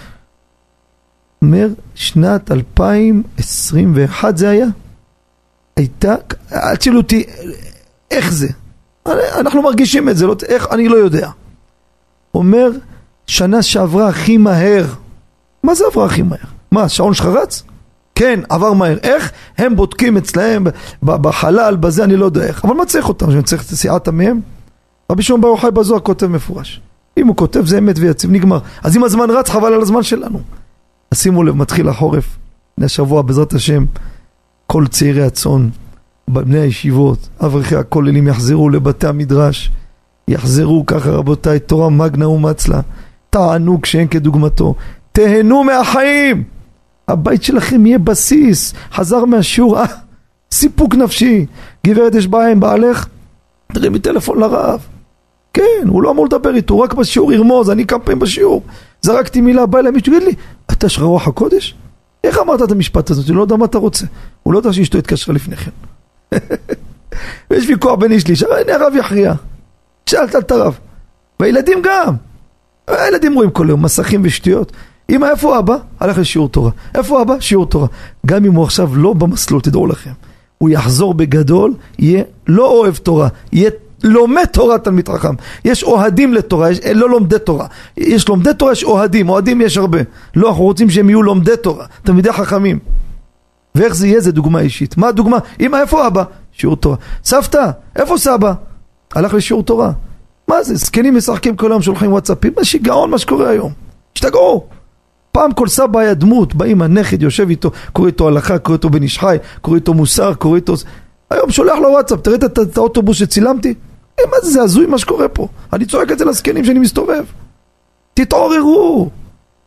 אומר, שנת אלפיים עשרים ואחת זה היה, הייתה, תשאלו אותי, איך זה? אנחנו מרגישים את זה, לא, איך, אני לא יודע. אומר, שנה שעברה הכי מהר. מה זה עברה הכי מהר? מה, שעון שחרץ? כן, עבר מהר. איך? הם בודקים אצלהם בחלל, בזה אני לא יודע איך. אבל מה צריך אותם? שאני צריך את סייעתה מהם? רבי שמעון בר יוחאי בזוהר כותב מפורש. אם הוא כותב זה אמת ויציב, נגמר. אז אם הזמן רץ, חבל על הזמן שלנו. אז שימו לב, מתחיל החורף. לפני השבוע, בעזרת השם, כל צעירי הצאן, בני הישיבות, אברכי הכוללים יחזרו לבתי המדרש, יחזרו ככה רבותיי, תורה מגנה ומצלה, תענוג שאין כדוגמתו, תהנו מהחיים, הבית שלכם יהיה בסיס, חזר מהשיעור, אה, סיפוק נפשי, גברת יש בעיה עם בעלך, תרימי טלפון לרב, כן, הוא לא אמור לדבר איתו, רק בשיעור ירמוז, אני כמה פעמים בשיעור, זרקתי מילה, בא אליי מישהו, תגיד לי, אתה יש לך רוח הקודש? איך אמרת את המשפט הזה? אני לא יודע מה אתה רוצה, הוא לא יודע שאשתו התקשרה לפני כן. ויש ויכוח בין איש לי, הנה הרב יכריע, שאלת את הרב, והילדים גם, הילדים רואים כל יום מסכים ושטויות. אמא, איפה אבא? הלך לשיעור תורה. איפה אבא? שיעור תורה. גם אם הוא עכשיו לא במסלול, תדעו לכם, הוא יחזור בגדול, יהיה לא אוהב תורה, יהיה לומד תורה תלמיד חכם. יש אוהדים לתורה, יש, לא לומדי תורה, יש לומדי תורה, יש אוהדים, אוהדים יש הרבה. לא, אנחנו רוצים שהם יהיו לומדי תורה, תלמידי חכמים. ואיך זה יהיה? זה דוגמה אישית. מה הדוגמה? אמא, איפה אבא? שיעור תורה. סבתא, איפה סבא? הלך לשיעור תורה. מה זה? זקנים משחקים כל היום, שולחים וואטסאפים, מה שיגעון מה שקורה היום. השתגעו. פעם כל סבא היה דמות, באים הנכד, יושב איתו, קורא איתו הלכה, קורא איתו בן איש חי, קורא איתו מוסר, קורא איתו... היום שולח לו וואטסאפ, תראית את, את האוטובוס שצילמתי? מה זה? זה הזוי מה שקורה פה. אני צועק את זה לזקנים שאני מסתובב. תתעוררו.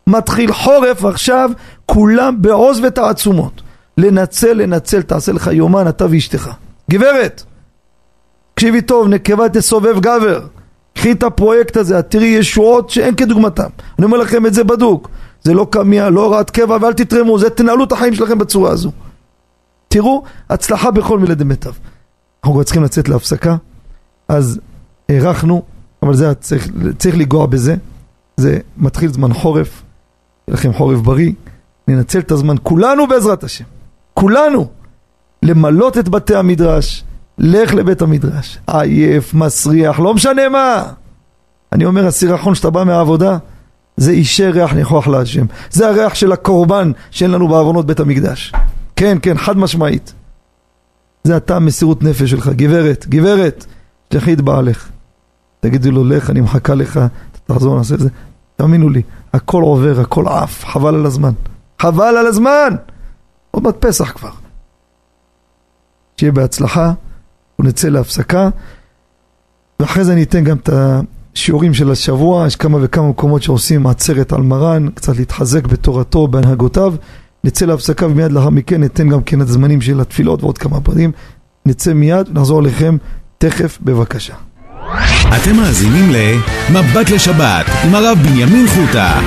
מתחיל חורף עכשיו, כולם בעוז ותעצומות. לנצל, לנצל, תעשה לך יומן, אתה ואשתך. גברת, קשיבי טוב, נקבה תסובב גבר. קחי את הפרויקט הזה, תראי ישועות שאין כדוגמתם. אני אומר לכם את זה בדוק. זה לא קמיה, לא הוראת קבע, ואל תתרמו, זה תנהלו את החיים שלכם בצורה הזו. תראו, הצלחה בכל מילה דמיטב. אנחנו צריכים לצאת להפסקה, אז הערכנו, אבל זה צריך, צריך לגוע בזה. זה מתחיל זמן חורף, לכם חורף בריא, ננצל את הזמן, כולנו בעזרת השם, כולנו, למלות את בתי המדרש, לך לבית המדרש, עייף, מסריח, לא משנה מה. אני אומר, הסירחון שאתה בא מהעבודה, זה אישי ריח ניחוח להשם. זה הריח של הקורבן שאין לנו בעוונות בית המקדש. כן, כן, חד משמעית. זה אתה מסירות נפש שלך, גברת, גברת, שלחי את בעלך. תגידו לו, לך, אני מחכה לך, תחזור, נעשה את זה. תאמינו לי, הכל עובר, הכל עף, חבל על הזמן. חבל על הזמן! עוד מעט פסח כבר. שיהיה בהצלחה, ונצא להפסקה, ואחרי זה אני אתן גם את השיעורים של השבוע. יש כמה וכמה מקומות שעושים עצרת על מרן, קצת להתחזק בתורתו, בהנהגותיו. נצא להפסקה ומיד לאחר מכן ניתן גם כן את הזמנים של התפילות ועוד כמה פרטים. נצא מיד ונחזור לכם תכף, בבקשה. אתם מאזינים למבט לשבת עם הרב בנימין חוטה.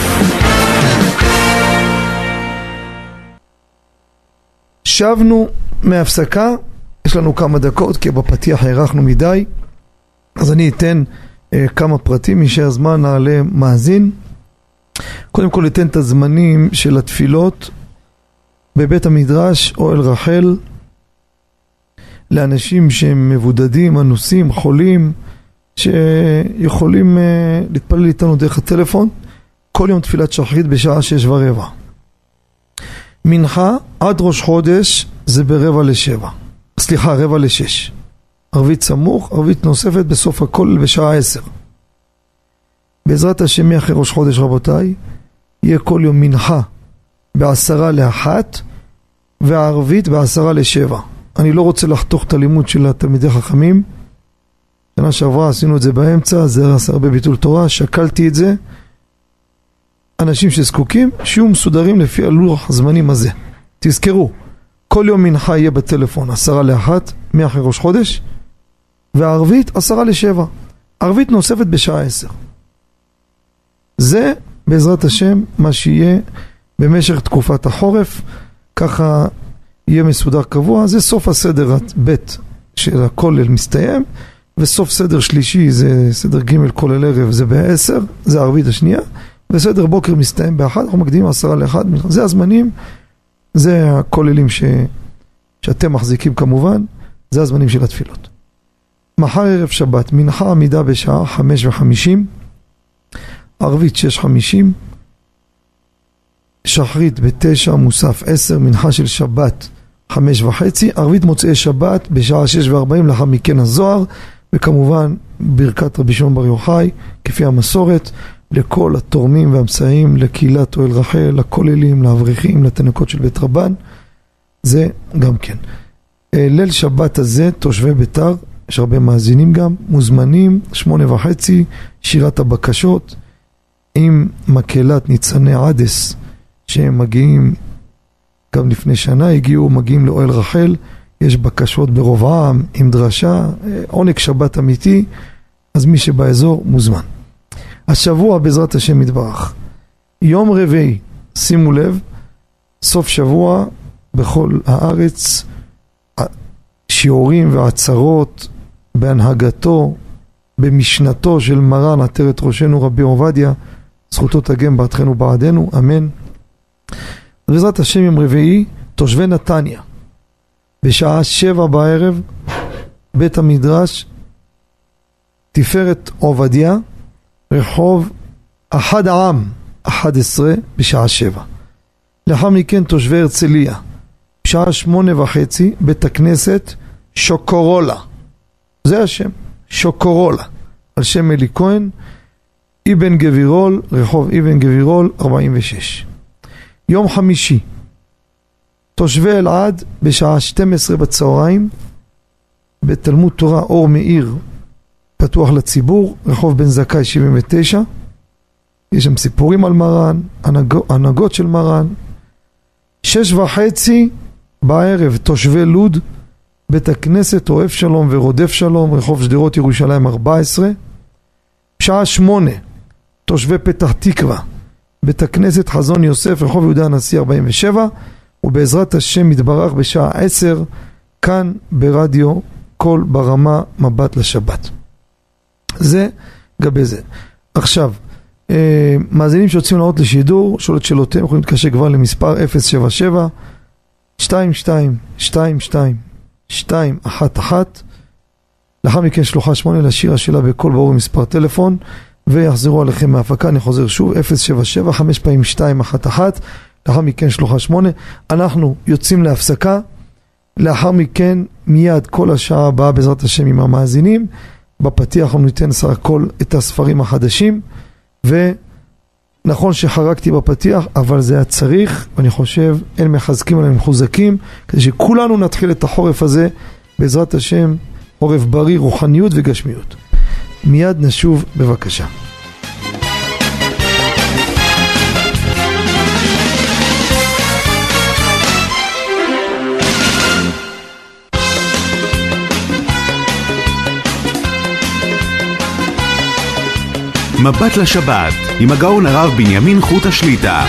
שבנו מהפסקה, יש לנו כמה דקות כי בפתיח הערכנו מדי, אז אני אתן אה, כמה פרטים, יישאר זמן נעלה מאזין. קודם כל ניתן את הזמנים של התפילות בבית המדרש אוהל רחל, לאנשים שהם מבודדים, אנוסים, חולים, שיכולים uh, להתפלל איתנו דרך הטלפון. כל יום תפילת שחרית בשעה שש ורבע. מנחה עד ראש חודש זה ברבע לשבע. סליחה, רבע לשש. ערבית סמוך, ערבית נוספת בסוף הכל בשעה עשר. בעזרת השם מאחרי ראש חודש רבותיי, יהיה כל יום מנחה בעשרה לאחת, והערבית בעשרה לשבע. אני לא רוצה לחתוך את הלימוד של התלמידי חכמים. שנה שעברה עשינו את זה באמצע, זה עשה הרבה ביטול תורה, שקלתי את זה. אנשים שזקוקים, שיהיו מסודרים לפי הלוח הזמנים הזה. תזכרו, כל יום מנחה יהיה בטלפון, עשרה לאחת, מאחרי ראש חודש, והערבית עשרה לשבע. ערבית נוספת בשעה עשר. זה בעזרת השם מה שיהיה במשך תקופת החורף, ככה יהיה מסודר קבוע. זה סוף הסדר ב' של הכולל מסתיים, וסוף סדר שלישי זה סדר ג' כולל ערב, זה בעשר, זה הערבית השנייה, וסדר בוקר מסתיים באחד, אנחנו מקדימים עשרה לאחד. זה הזמנים, זה הכוללים ש... שאתם מחזיקים כמובן, זה הזמנים של התפילות. מחר ערב שבת, מנחה עמידה בשעה חמש וחמישים, ערבית שש חמישים, שחרית בתשע, מוסף עשר, מנחה של שבת חמש וחצי, ערבית מוצאי שבת בשעה שש וארבעים, לאחר מכן הזוהר, וכמובן ברכת רבי שמעון בר יוחאי, כפי המסורת, לכל התורמים והמסייעים, לקהילת אוהל רחל, לכוללים, לאברכים, לתינוקות של בית רבן. זה גם כן. ליל שבת הזה, תושבי ביתר, יש הרבה מאזינים גם, מוזמנים, שמונה וחצי, שירת הבקשות, עם מקהלת ניצני עדס, שהם מגיעים, גם לפני שנה הגיעו, מגיעים לאוהל רחל, יש בקשות ברוב העם, עם דרשה, עונג שבת אמיתי, אז מי שבאזור מוזמן. השבוע בעזרת השם יתברך, יום רביעי, שימו לב, סוף שבוע בכל הארץ, שיעורים ועצרות בהנהגתו, במשנתו של מרן עטרת ראשנו רבי עובדיה, זכותו תגן בעדכנו בעדנו, אמן. בעזרת השם יום רביעי, תושבי נתניה, בשעה שבע בערב, בית המדרש, תפארת עובדיה, רחוב אחד העם, אחד עשרה, בשעה שבע. לאחר מכן תושבי הרצליה, בשעה שמונה וחצי, בית הכנסת שוקורולה. זה השם, שוקורולה, על שם אלי כהן, אבן גבירול, רחוב אבן גבירול, ארבעים ושש. יום חמישי, תושבי אלעד, בשעה שתים עשרה בצהריים, בתלמוד תורה אור מאיר, פתוח לציבור, רחוב בן זכאי שבעים ותשע. יש שם סיפורים על מרן, הנהגות של מרן. שש וחצי בערב, תושבי לוד, בית הכנסת אוהב שלום ורודף שלום, רחוב שדרות ירושלים ארבע עשרה. שעה שמונה, תושבי פתח תקווה, בית הכנסת חזון יוסף, רחוב יהודה הנשיא ארבעים ושבע, ובעזרת השם מתברך בשעה עשר, כאן ברדיו קול ברמה מבט לשבת. זה גבי זה. עכשיו, אה, מאזינים שיוצאים לעלות לשידור, שואלת שאלותיהם, יכולים להתקשר כבר למספר אפס שבע שבע שתיים שתיים שתיים שתיים שתיים אחת אחת, לאחר מכן שלוחה שמונה לשיר השאלה בקול ברור מספר טלפון, ויחזרו עליכם מההפקה. אני חוזר שוב, אפס שבע שבע חמש פעמים שתיים אחת אחת, לאחר מכן שלוחה שמונה. אנחנו יוצאים להפסקה, לאחר מכן מיד כל השעה הבאה בעזרת השם עם המאזינים. בפתיח אנחנו ניתן סך הכל את הספרים החדשים, ונכון שחרקתי בפתיח, אבל זה היה צריך, ואני חושב אין מחזקים עליהם מחוזקים, כדי שכולנו נתחיל את החורף הזה בעזרת השם, חורף בריא, רוחניות וגשמיות. מיד נשוב בבקשה. מבט לשבת עם הגאון הרב בנימין חוט השליטה.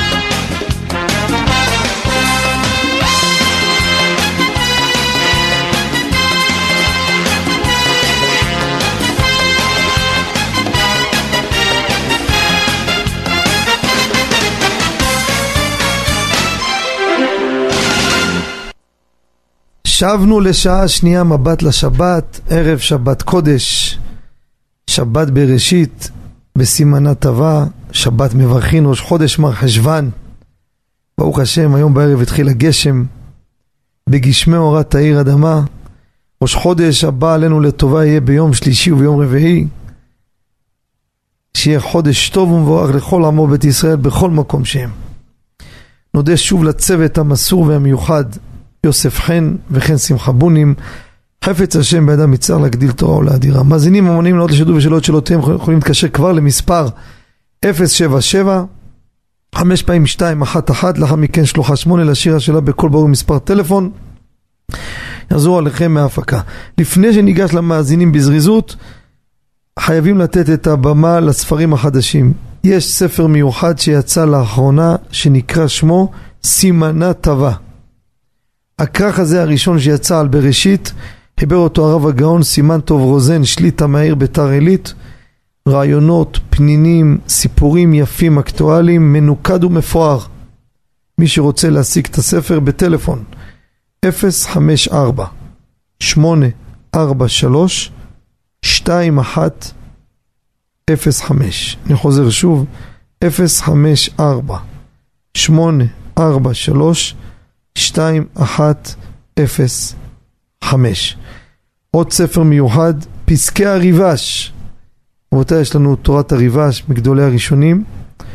שבנו לשעה שנייה מבט לשבת, ערב שבת קודש, שבת בראשית, בסימנה טובה, שבת מברכין, ראש חודש מר חשוון. ברוך השם, היום בערב התחיל הגשם, בגשמי אורת תאיר אדמה. ראש חודש הבא עלינו לטובה יהיה ביום שלישי וביום רביעי. שיהיה חודש טוב ומבורך לכל עמו בית ישראל בכל מקום שהם. נודה שוב לצוות המסור והמיוחד, יוסף חן וכן שמחה בונים, חפץ השם בידם מצער להגדיל תורה ולאדירה. מאזינים המונים לעוד לשידור ושאלות שלותיהם יכולים להתקשר כבר למספר אפס שבע שבע חמש פעמים שתיים אחת אחת, לאחר מכן שלוחה שמונה לשיר השאלה בכל ברור מספר טלפון. יחזור עליכם מההפקה. לפני שניגש למאזינים בזריזות, חייבים לתת את הבמה לספרים החדשים. יש ספר מיוחד שיצא לאחרונה שנקרא שמו סימנה טובה. הכרך הזה הראשון שיצא על בראשית, חיבר אותו הרב הגאון סימן טוב רוזן, שליטה מהעיר ביתר עילית. רעיונות, פנינים, סיפורים יפים, אקטואליים, מנוקד ומפואר. מי שרוצה להשיג את הספר בטלפון אפס חמש ארבע שמונה ארבע שלוש שתיים אחת אפס חמש. אני חוזר שוב, אפס חמש ארבע שמונה ארבע שלוש שתיים אחת אפס חמש. עוד ספר מיוחד, פסקי הריבש. רבותיי, יש לנו תורת הריבש מגדולי הראשונים.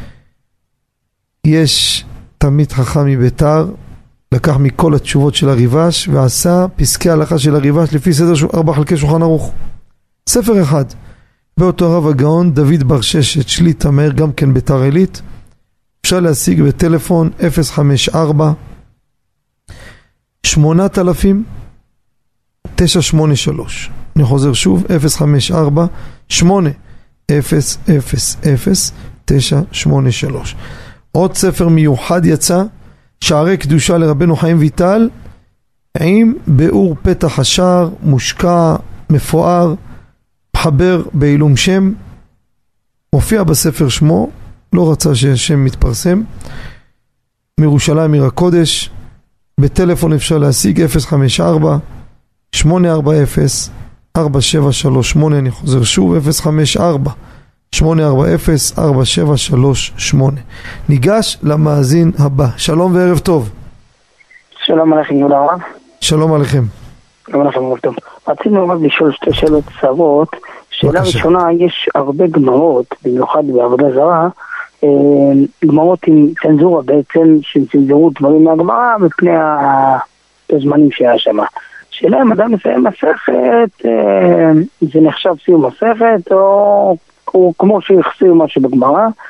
יש תלמיד חכם מביתר, לקח מכל התשובות של הריבש ועשה פסקי ההלכה של הריבש לפי סדר ארבע חלקי שולחן ערוך. ספר אחד. באותו הרב הגאון דוד בר ששת, שליטה מהעיר גם כן ביתר עילית. אפשר להשיג בטלפון אפס חמש ארבע שמונת אלפים תשע שמונה שלוש. אני חוזר שוב, אפס חמש ארבע שמונה אפס אפס אפס תשע שמונה שלוש. עוד ספר מיוחד יצא, שערי קדושה לרבנו חיים ויטל, עם באור פתח השער, מושקע, מפואר, מחבר בעילום שם. מופיע בספר שמו, לא רצה שהשם מתפרסם, מירושלים עיר הקודש. בטלפון אפשר להשיג אפס חמש ארבע שמונה ארבע אפס ארבע שבע שלוש שמונה. אני חוזר שוב, אפס חמש ארבע שמונה ארבע אפס ארבע שבע שלוש שמונה. ניגש למאזין הבא. שלום וערב טוב. שלום עליכם, יהודה רב. שלום עליכם. שלום עליכם, ערב טוב. רצינו רק לשאול שתי שאלות קצרות. שאלה ראשונה, יש הרבה גמרות, במיוחד בעבודה זרה, גמרות עם צנזורה בעצם, שצנזרו דברים מהגמרא בפני הזמנים שהיה שם. שאלה אם אדם מסיים מסכת, זה נחשב סיום מסכת, או, או כמו שהחסיר משהו בגמרא.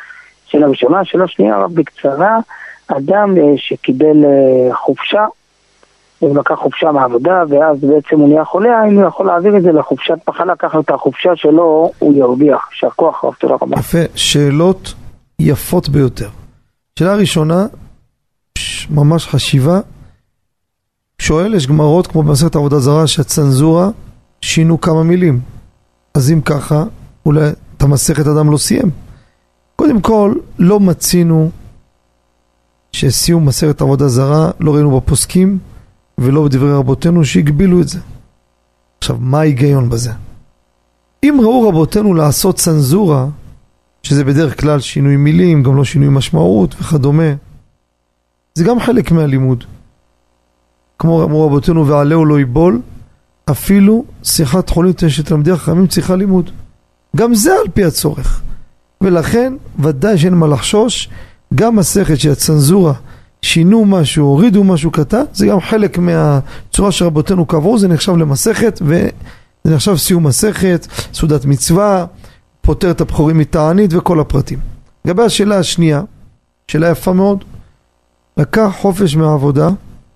שאלה ראשונה. שאלה שנייה, רק בקצרה, אדם שקיבל חופשה, הוא לקח חופשה מהעבודה, ואז בעצם הוא נהיה חולה, האם הוא יכול להעביר את זה לחופשת מחלה, ככה את החופשה שלו הוא ירוויח. שהכוח רב, תודה רבה. יפה, שאלות יפות ביותר. שאלה ראשונה, ממש חשיבה, שואל, יש גמרות כמו במסכת עבודה זרה שהצנזורה שינו כמה מילים. אז אם ככה, אולי את המסכת אדם לא סיים. קודם כל, לא מצינו שסיום מסכת עבודה זרה, לא ראינו בפוסקים ולא בדברי רבותינו שהגבילו את זה. עכשיו, מה ההיגיון בזה? אם ראו רבותינו לעשות צנזורה, שזה בדרך כלל שינוי מילים, גם לא שינוי משמעות וכדומה, זה גם חלק מהלימוד. כמו אמרו רבותינו, ועליהו לא ייבול, אפילו שיחת חולין שתלמדי החכמים צריכה לימוד. גם זה על פי הצורך. ולכן ודאי שאין מה לחשוש, גם מסכת שהצנזורה שינו משהו, הורידו משהו קטן, זה גם חלק מהצורה שרבותינו קבעו, זה נחשב למסכת, וזה נחשב סיום מסכת, סעודת מצווה, פותר את הבחורים מתענית וכל הפרטים. לגבי השאלה השנייה, שאלה יפה מאוד, לקח חופש מהעבודה,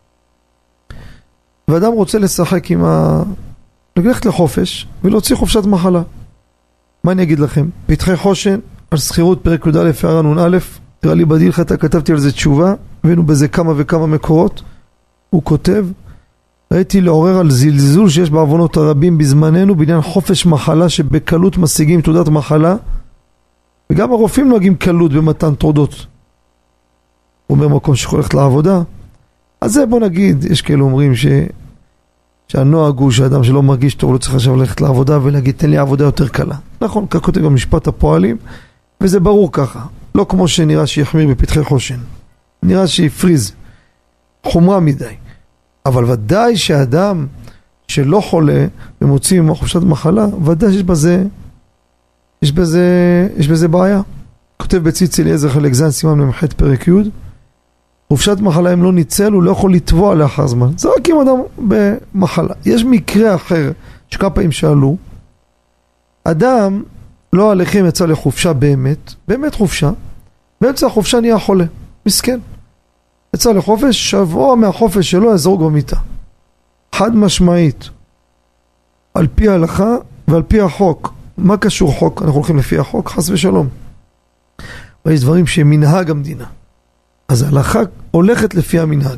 ואדם רוצה לשחק עם ה... ללכת לחופש ולהוציא חופשת מחלה. מה אני אגיד לכם? פתחי חושן, על סחירות פרק י"א הערה נ"א, תראה לי בדילחתא, כתבתי על זה תשובה, הבאנו בזה כמה וכמה מקורות. הוא כותב, ראיתי לעורר על זלזול שיש בעוונות הרבים בזמננו בעניין חופש מחלה שבקלות משיגים תעודת מחלה, וגם הרופאים נוהגים קלות במתן תעודות. הוא אומר מקום שיכול ללכת לעבודה. אז זה בוא נגיד, יש כאלה אומרים ש... שהנוהג הוא שאדם שלא מרגיש טוב לא צריך עכשיו ללכת לעבודה ולהגיד תן לי עבודה יותר קלה. נכון, כך כותב במשפט הפועלים, וזה ברור ככה. לא כמו שנראה שיחמיר בפתחי חושן. נראה שיפריז. חומרה מדי. אבל ודאי שאדם שלא חולה ומוציא חופשת מחלה, ודאי שיש בזה, יש בזה, יש בזה בעיה. כותב בציץ אליעזר חלק ז' סימן ממח' פרק י', חופשת מחלה אם לא ניצל, הוא לא יכול לתבוע לאחר זמן. זה רק אם אדם במחלה. יש מקרה אחר, שכמה פעמים שאלו, אדם לא עליכם יצא לחופשה באמת, באמת חופשה, באמצע החופשה נהיה חולה, מסכן. יצא לחופש, שבוע מהחופש שלו יזרוק במיטה. חד משמעית. על פי ההלכה ועל פי החוק. מה קשור חוק? אנחנו הולכים לפי החוק, חס ושלום. ויש דברים שמנהג המדינה. אז ההלכה הולכת לפי המנהג.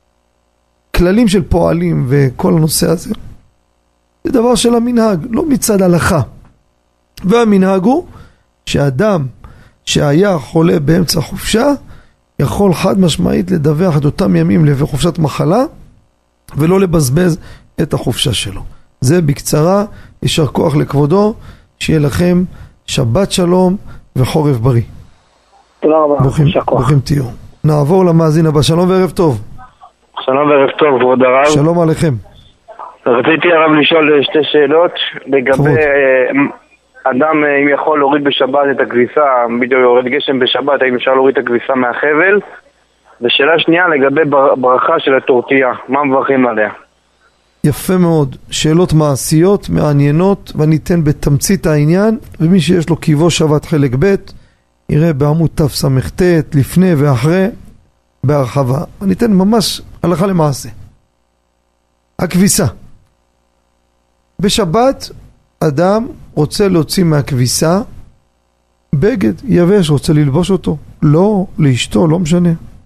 כללים של פועלים וכל הנושא הזה, זה דבר של המנהג, לא מצד הלכה. והמנהג הוא שאדם שהיה חולה באמצע חופשה, יכול חד משמעית לדווח את אותם ימים לחופשת מחלה, ולא לבזבז את החופשה שלו. זה בקצרה, יישר כוח לכבודו, שיהיה לכם שבת שלום וחורף בריא. תודה רבה, ברוכים, ברוכים תהיו. נעבור למאזין הבא, שלום וערב טוב. שלום וערב טוב, כבוד הרב. שלום עליכם. רציתי הרב לשאול שתי שאלות, לגבי אדם אם יכול להוריד בשבת את הכביסה, בדיוק יורד גשם בשבת, האם אפשר להוריד את הכביסה מהחבל? ושאלה שנייה לגבי ברכה של הטורטיה, מה מברכים עליה? יפה מאוד, שאלות מעשיות, מעניינות, ואני אתן בתמצית העניין, ומי שיש לו קיבו שבת חלק ב' יראה בעמוד תס"ט לפני ואחרי בהרחבה. אני אתן ממש הלכה למעשה. הכביסה. בשבת אדם רוצה להוציא מהכביסה בגד יבש, רוצה ללבוש אותו. לא, לאשתו, לא משנה.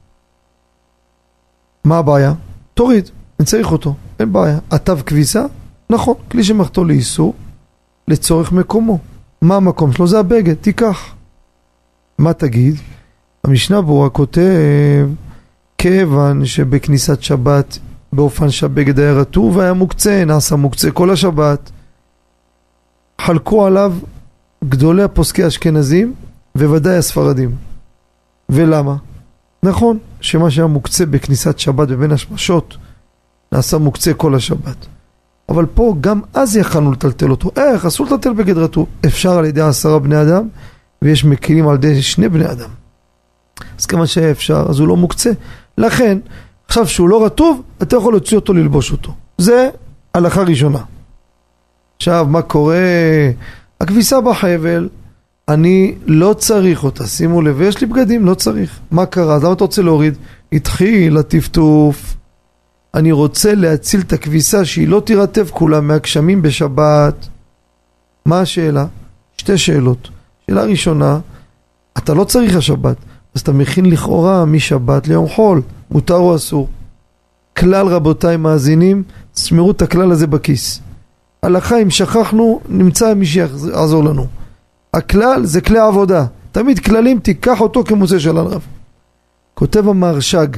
מה הבעיה? תוריד, אני צריך אותו, אין בעיה. התו כביסה? נכון, כלי שמחתו לאיסור לצורך מקומו. מה המקום שלו? זה הבגד, תיקח. מה תגיד? המשנה ברורה כותב, כיוון שבכניסת שבת באופן שהבגד היה רטוב והיה מוקצה, נעשה מוקצה כל השבת, חלקו עליו גדולי הפוסקי אשכנזים וודאי הספרדים. ולמה? נכון שמה שהיה מוקצה בכניסת שבת בבין השמשות נעשה מוקצה כל השבת, אבל פה גם אז יכלנו לטלטל אותו. איך? אסור לטלטל בגד רטוב. אפשר על ידי עשרה בני אדם, ויש מקילים על ידי שני בני אדם. אז כמה שהיה אפשר, אז הוא לא מוקצה. לכן, עכשיו שהוא לא רטוב, אתה יכול להוציא אותו ללבוש אותו. זה הלכה ראשונה. עכשיו, מה קורה? הכביסה בחבל, אני לא צריך אותה, שימו לב, ויש לי בגדים, לא צריך. מה קרה? אז למה אתה רוצה להוריד? התחיל הטפטוף. אני רוצה להציל את הכביסה שהיא לא תירטב כולה מהגשמים בשבת. מה השאלה? שתי שאלות. שאלה ראשונה, אתה לא צריך השבת, אז אתה מכין לכאורה משבת ליום חול, מותר או אסור. כלל רבותיי מאזינים, שמרו את הכלל הזה בכיס. הלכה אם שכחנו, נמצא מי שיעזור לנו. הכלל זה כלי עבודה, תמיד כללים תיקח אותו כמוצא של הרב. כותב המהרש"ג,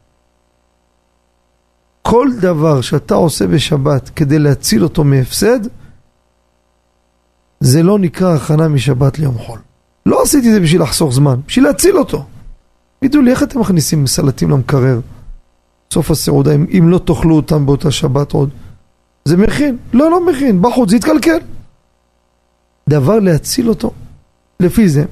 כל דבר שאתה עושה בשבת כדי להציל אותו מהפסד, זה לא נקרא הכנה משבת ליום חול. לא עשיתי זה בשביל לחסוך זמן, בשביל להציל אותו. תגידו לי, איך אתם מכניסים סלטים למקרר? סוף הסעודה, אם, אם לא תאכלו אותם באותה שבת עוד. זה מכין? לא, לא מכין, בחוץ זה יתקלקל. דבר להציל אותו. לפי זה,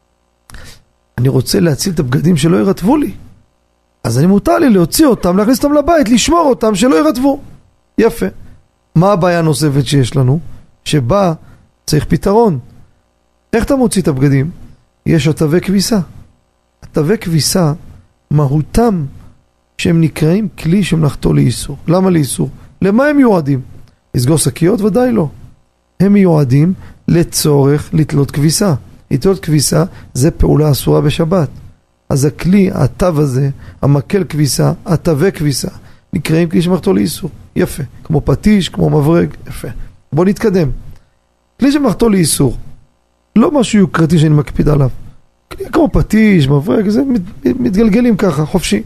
אני רוצה להציל את הבגדים שלא ירטבו לי. אז אני מותר לי להוציא אותם, להכניס אותם לבית, לשמור אותם שלא ירטבו. יפה. מה הבעיה הנוספת שיש לנו? שבה צריך פתרון. איך אתה מוציא את הבגדים? יש עטבי כביסה. עטבי כביסה, מהותם שהם נקראים כלי שמלאכתו לאיסור. למה לאיסור? למה הם מיועדים? לסגור שקיות? ודאי לא. הם מיועדים לצורך לתלות כביסה. לתלות כביסה זה פעולה אסורה בשבת. אז הכלי, העטב הזה, המקל כביסה, עטבי כביסה, נקראים כלי שמלאכתו לאיסור. יפה. כמו פטיש, כמו מברג. יפה. בוא נתקדם. כלי שמלאכתו לאיסור. לא משהו יוקרתי שאני מקפיד עליו. כלי כמו פטיש, מברג, זה מתגלגלים ככה, חופשי.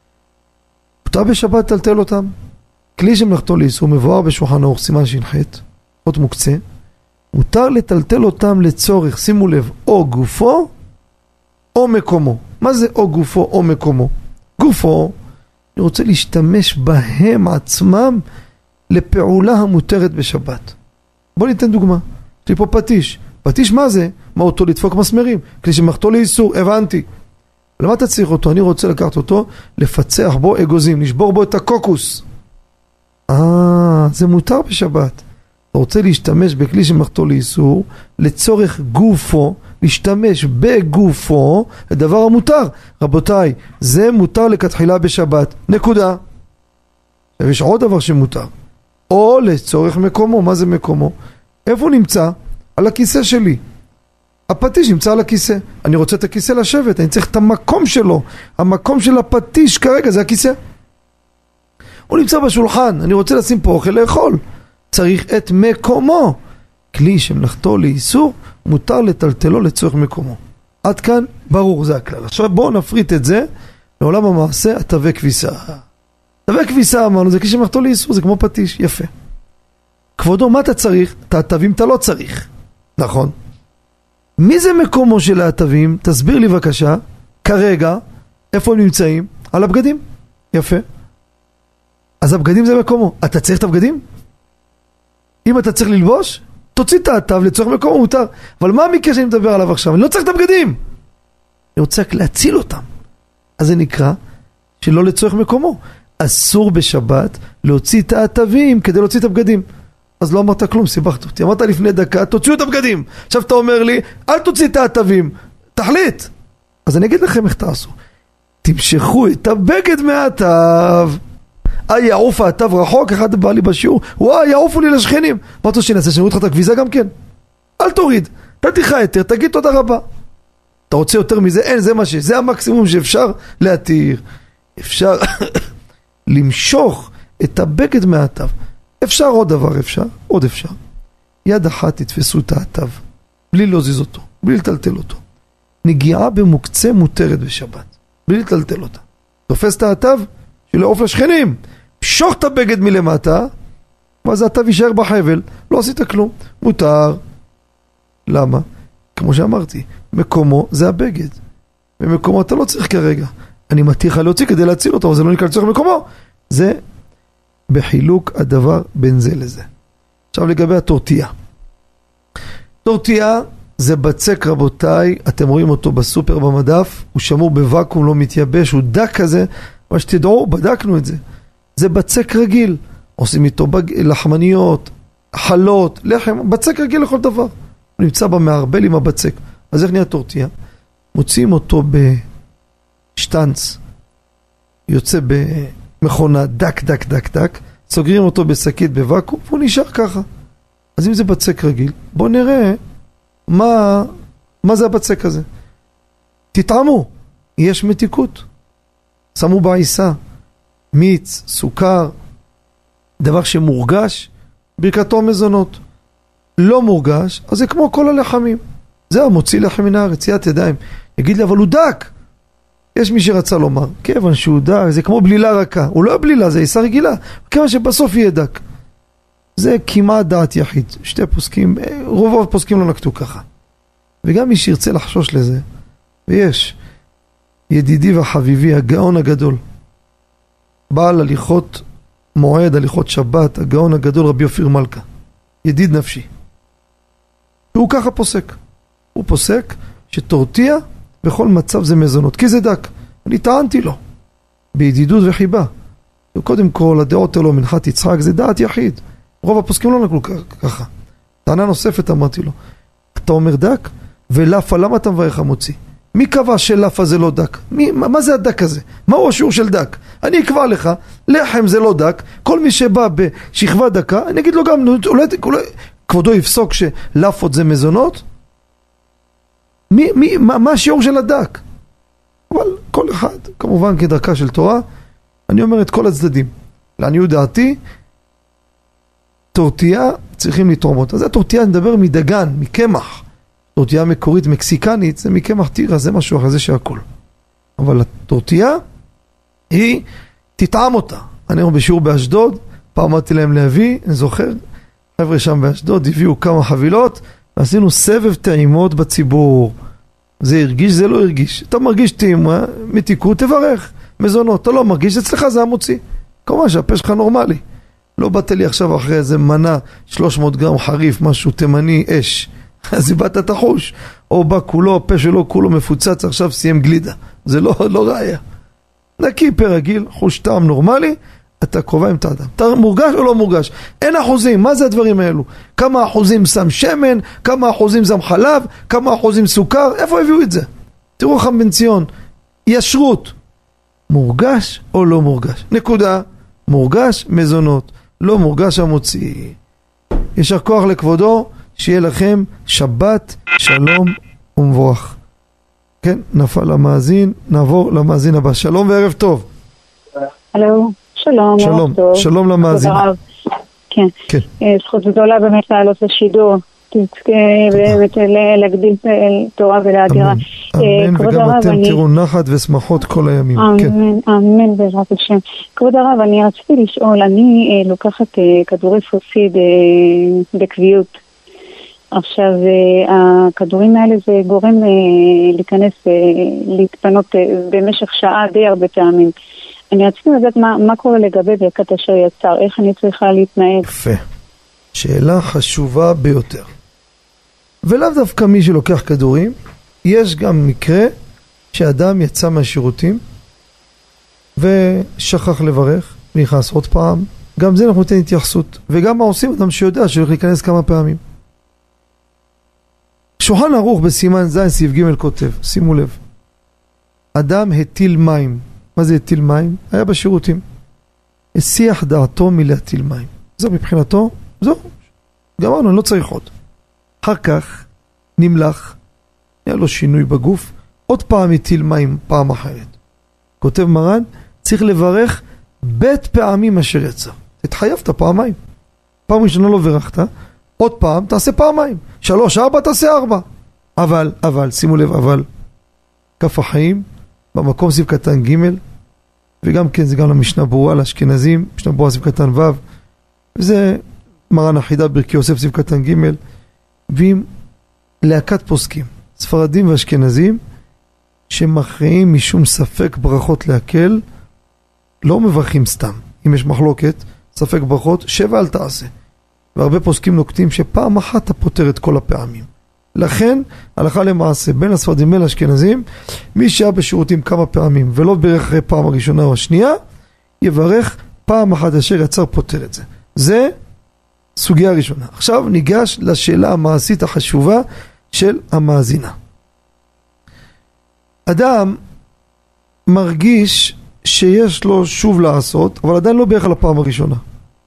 מותר בשבת תלתל אותם. כלי שמלאכתו לאיסור מבואר בשולחן ערוך סימן שנחת, עוד מוקצה. מותר לטלטל אותם לצורך, שימו לב, או גופו או מקומו. מה זה או גופו או מקומו? גופו, אני רוצה להשתמש בהם עצמם לפעולה המותרת בשבת. בוא ניתן דוגמה. יש לי פה פטיש. פטיש מה זה? מה אותו? לדפוק מסמרים. כלי שמלאכתו לאיסור, הבנתי. למה אתה צריך אותו? אני רוצה לקחת אותו, לפצח בו אגוזים, לשבור בו את הקוקוס. אה, זה מותר בשבת. אתה רוצה להשתמש בכלי שמלאכתו לאיסור, לצורך גופו, להשתמש בגופו, הדבר המותר. רבותיי, זה מותר לכתחילה בשבת. נקודה. יש עוד דבר שמותר. או לצורך מקומו. מה זה מקומו? איפה הוא נמצא? על הכיסא שלי. הפטיש נמצא על הכיסא. אני רוצה את הכיסא לשבת, אני צריך את המקום שלו. המקום של הפטיש כרגע זה הכיסא. הוא נמצא בשולחן, אני רוצה לשים פה אוכל לאכול. צריך את מקומו. כלי שמלאכתו לאיסור, מותר לטלטלו לצורך מקומו. עד כאן ברור, זה הכלל. עכשיו בואו נפריט את זה לעולם המעשה, עטבי כביסה. עטבי כביסה אמרנו, זה כלי שמלאכתו לאיסור, זה כמו פטיש, יפה. כבודו, מה אתה צריך? את העטבים אתה לא צריך. נכון. מי זה מקומו של העטבים? תסביר לי בבקשה. כרגע, איפה הם נמצאים? על הבגדים. יפה. אז הבגדים זה מקומו. אתה צריך את הבגדים? אם אתה צריך ללבוש, תוציא את העטב לצורך מקומו, מותר. אבל מה המקרה שאני מדבר עליו עכשיו? אני לא צריך את הבגדים. אני רוצה רק להציל אותם. אז זה נקרא שלא לצורך מקומו. אסור בשבת להוציא את העטבים כדי להוציא את הבגדים. אז לא אמרת כלום, סיבכת אותי. אמרת לפני דקה, תוציאו את הבגדים. עכשיו אתה אומר לי, אל תוציא את העטבים. תחליט. אז אני אגיד לכם איך תעשו. תמשכו את הבגד מהעטב. אה, יעוף העטב רחוק, אחד בא לי בשיעור. וואי, יעופו לי לשכנים. מה אתה שנעשה, שנוריד לך את הכביזה גם כן? אל תוריד. תתיחה יותר, תגיד תודה רבה. אתה רוצה יותר מזה? אין, זה מה ש... זה המקסימום שאפשר להתיר. אפשר למשוך את הבגד מהעטב. אפשר עוד דבר, אפשר, עוד אפשר. יד אחת תתפסו את העטב, בלי להזיז אותו, בלי לטלטל אותו. נגיעה במוקצה מותרת בשבת, בלי לטלטל אותה. תופס את העטב, שלעוף לשכנים. שוך את הבגד מלמטה, ואז העטב יישאר בחבל, לא עשית כלום. מותר. למה? כמו שאמרתי, מקומו זה הבגד. במקומו אתה לא צריך כרגע. אני מתיר לך להוציא כדי להציל אותו, אבל זה לא נקרא לצורך מקומו. זה בחילוק הדבר בין זה לזה. עכשיו לגבי הטורטיה. טורטיה זה בצק, רבותיי, אתם רואים אותו בסופר במדף, הוא שמור בוואקום, לא מתייבש, הוא דק כזה, מה שתדעו, בדקנו את זה. זה בצק רגיל, עושים איתו בג... לחמניות, חלות, לחם, בצק רגיל לכל דבר. הוא נמצא במערבל עם הבצק. אז איך נהיה טורטיה? מוצאים אותו בשטנץ, יוצא במכונה דק דק דק דק, סוגרים אותו בשקית בוואקום, והוא נשאר ככה. אז אם זה בצק רגיל, בוא נראה מה, מה זה הבצק הזה. תטעמו, יש מתיקות. שמו בעיסה, מיץ, סוכר, דבר שמורגש, ברכתו מזונות. לא מורגש, אז זה כמו כל הלחמים. זה המוציא לחם מן הארץ, יד ידיים. יגיד לי, אבל הוא דק. יש מי שרצה לומר, כיוון שהוא דק, זה כמו בלילה רכה. הוא לא בלילה, זה עיסה רגילה. כיוון שבסוף יהיה דק. זה כמעט דעת יחיד. שתי פוסקים, רוב הפוסקים לא נקטו ככה. וגם מי שירצה לחשוש לזה, ויש ידידי וחביבי, הגאון הגדול, בעל הליכות מועד, הליכות שבת, הגאון הגדול רבי אופיר מלכה, ידיד נפשי. והוא ככה פוסק. הוא פוסק שטורטיה בכל מצב זה מזונות, כי זה דק. אני טענתי לו, בידידות וחיבה. וקודם כל, הדעות אלו מנחת יצחק, זה דעת יחיד. רוב הפוסקים לא נקלו ככה. טענה נוספת אמרתי לו, אתה אומר דק, ולאפה, למה אתה מברך המוציא? מי קבע שלאפה זה לא דק? מי, מה, מה זה הדק הזה? מהו השיעור של דק? אני אקבע לך, לחם זה לא דק, כל מי שבא בשכבה דקה, אני אגיד לו גם, אולי, אולי, כבודו יפסוק שלאפות זה מזונות? מי, מי, מה, מה השיעור של הדק? אבל כל אחד, כמובן כדרכה של תורה, אני אומר את כל הצדדים. לעניות דעתי, טורטיה צריכים לתרום אותה. זה טורטיה, נדבר מדגן, מקמח. טורטיה מקורית מקסיקנית, זה מקמח טירה, זה משהו אחרי זה שהכל. אבל הטורטיה, היא תטעם אותה. אני אומר בשיעור באשדוד, פעם אמרתי להם להביא, אני זוכר, חבר'ה שם באשדוד, הביאו כמה חבילות, ועשינו סבב טעימות בציבור. זה הרגיש, זה לא הרגיש. אתה מרגיש טעימה, מתיקות, תברך. מזונות, אתה לא מרגיש, אצלך זה המוציא. כמובן שהפה שלך נורמלי. לא באת לי עכשיו אחרי איזה מנה, שלוש מאות גרם חריף, משהו תימני, אש. אז איבדת את החוש. או בא כולו, הפה שלו כולו מפוצץ, עכשיו סיים גלידה. זה לא, לא ראיה. נקי פה רגיל, חוש טעם נורמלי, אתה קרובה עם את האדם. אתה מורגש או לא מורגש? אין אחוזים, מה זה הדברים האלו? כמה אחוזים שם שמן, כמה אחוזים שם חלב, כמה אחוזים סוכר, איפה הביאו את זה? תראו חם בן ציון, ישרות. מורגש או לא מורגש? נקודה. מורגש מזונות, לא מורגש המוציא. ישר כוח לכבודו, שיהיה לכם שבת שלום ומבורך. כן, נפל המאזין, נעבור למאזין הבא. שלום וערב טוב. הלו, שלום. שלום, שלום למאזין. כן, כן. זכות גדולה באמת לעלות לשידור. תזכה באמת להגדיל תורה ולאדירה. אמן, וגם אתם תראו נחת ושמחות כל הימים. אמן, אמן בעזרת השם. כבוד הרב, אני רציתי לשאול, אני לוקחת כדורי פוסיד בקביעות. עכשיו, הכדורים האלה זה גורם להיכנס, להתפנות במשך שעה די הרבה פעמים. אני רציתי לדעת מה, מה קורה לגבי ברכת אשר יצר, איך אני צריכה להתנהג. יפה. שאלה חשובה ביותר. ולאו דווקא מי שלוקח כדורים, יש גם מקרה שאדם יצא מהשירותים ושכח לברך, נכנס עוד פעם, גם זה אנחנו ניתן התייחסות, וגם מה עושים אדם שיודע שהולך להיכנס כמה פעמים. שולחן ערוך בסימן זין סעיף ג' כותב, שימו לב, אדם הטיל מים. מה זה הטיל מים? היה בשירותים. הסיח דעתו מלהטיל מים. זו מבחינתו, זו, גמרנו, אני לא צריך עוד. אחר כך נמלח, היה לו שינוי בגוף, עוד פעם הטיל מים פעם אחרת. כותב מרן, צריך לברך בית פעמים אשר יצא. התחייבת פעמיים. פעם ראשונה לא ברכת, עוד פעם תעשה פעמיים. שלוש, ארבע תעשה ארבע. אבל, אבל, שימו לב, אבל, כף החיים, במקום סעיף קטן ג' וגם כן זה גם למשנה ברורה לאשכנזים, משנה ברורה סעיף קטן ו' וזה מרן החידה ברכי יוסף סעיף קטן ג' ועם להקת פוסקים, ספרדים ואשכנזים שמכריעים משום ספק ברכות להקל, לא מברכים סתם. אם יש מחלוקת, ספק ברכות, שבע אל תעשה. והרבה פוסקים נוקטים שפעם אחת אתה פותר את כל הפעמים. לכן, הלכה למעשה, בין הספרדים בין האשכנזים, מי שהיה בשירותים כמה פעמים ולא ברך אחרי פעם הראשונה או השנייה, יברך פעם אחת אשר יצר פותר את זה. זה סוגיה ראשונה. עכשיו ניגש לשאלה המעשית החשובה של המאזינה. אדם מרגיש שיש לו שוב לעשות, אבל עדיין לא בערך על הפעם הראשונה.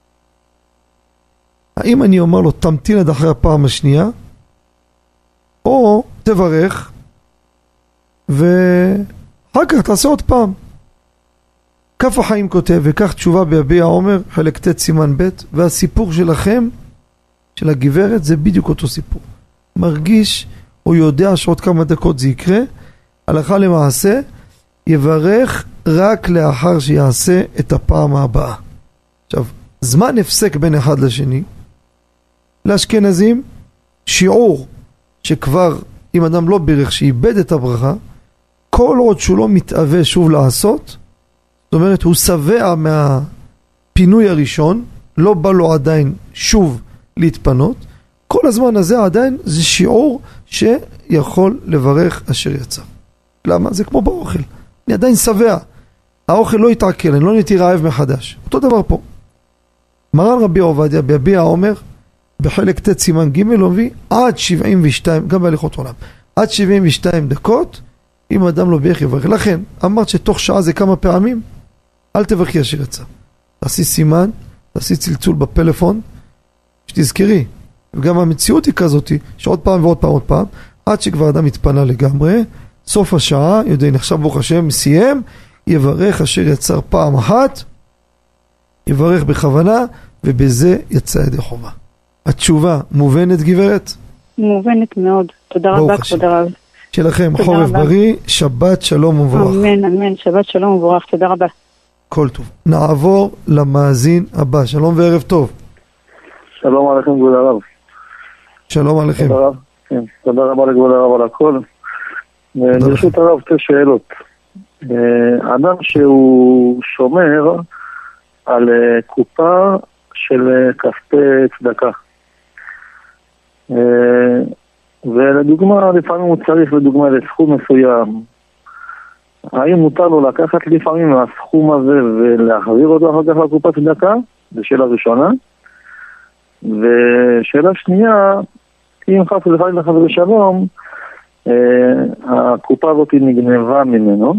האם אני אומר לו תמתין עד אחרי הפעם השנייה, או תברך ואחר כך תעשה עוד פעם. כף החיים כותב, וכך תשובה ביביע עומר, חלק ת' סימן ב', והסיפור שלכם, של הגברת, זה בדיוק אותו סיפור. מרגיש, הוא יודע שעוד כמה דקות זה יקרה, הלכה למעשה, יברך רק לאחר שיעשה את הפעם הבאה. עכשיו, זמן הפסק בין אחד לשני, לאשכנזים, שיעור שכבר, אם אדם לא בירך, שאיבד את הברכה, כל עוד שהוא לא מתאווה שוב לעשות, זאת אומרת, הוא שבע מהפינוי הראשון, לא בא לו עדיין שוב להתפנות, כל הזמן הזה עדיין זה שיעור שיכול לברך אשר יצא. למה? זה כמו באוכל. אני עדיין שבע. האוכל לא יתעכל, אני לא נהייתי רעב מחדש. אותו דבר פה. מרן רבי עובדיה ביביע עומר, בחלק ת' סימן ג' לא מביא, עד שבעים ושתיים, גם בהליכות עולם, עד שבעים ושתיים דקות, אם אדם לא בירך יברך. לכן, אמרת שתוך שעה זה כמה פעמים, אל תברכי אשר יצא. תעשי סימן, תעשי צלצול בפלאפון, שתזכרי. וגם המציאות היא כזאת, שעוד פעם ועוד פעם עוד פעם, עד שכבר אדם מתפנה לגמרי, סוף השעה, יודע, נחשב ברוך השם, סיים, יברך אשר יצר פעם אחת, יברך בכוונה, ובזה יצא ידי חובה. התשובה מובנת גברת? מובנת מאוד. תודה רבה, כבוד הרב. שלכם חורף בריא, שבת שלום ומבורך. אמן, אמן, שבת שלום ומבורך, תודה רבה. כל טוב. נעבור למאזין הבא. שלום וערב טוב. שלום עליכם כבוד הרב. שלום עליכם. תודה, כן, תודה רבה לכבוד הרב על הכל. ברשות הרב שתי שאלות. אדם שהוא שומר על קופה של כספי צדקה. ולדוגמה, לפעמים הוא צריך לדוגמה לסכום מסוים. האם מותר לו לקחת לפעמים מהסכום הזה ולהחזיר אותו אחר כך לקופת צדקה? זו שאלה ראשונה. ושאלה שנייה, אם חס וחלילה חס ושלום, הקופה הזאת נגנבה ממנו,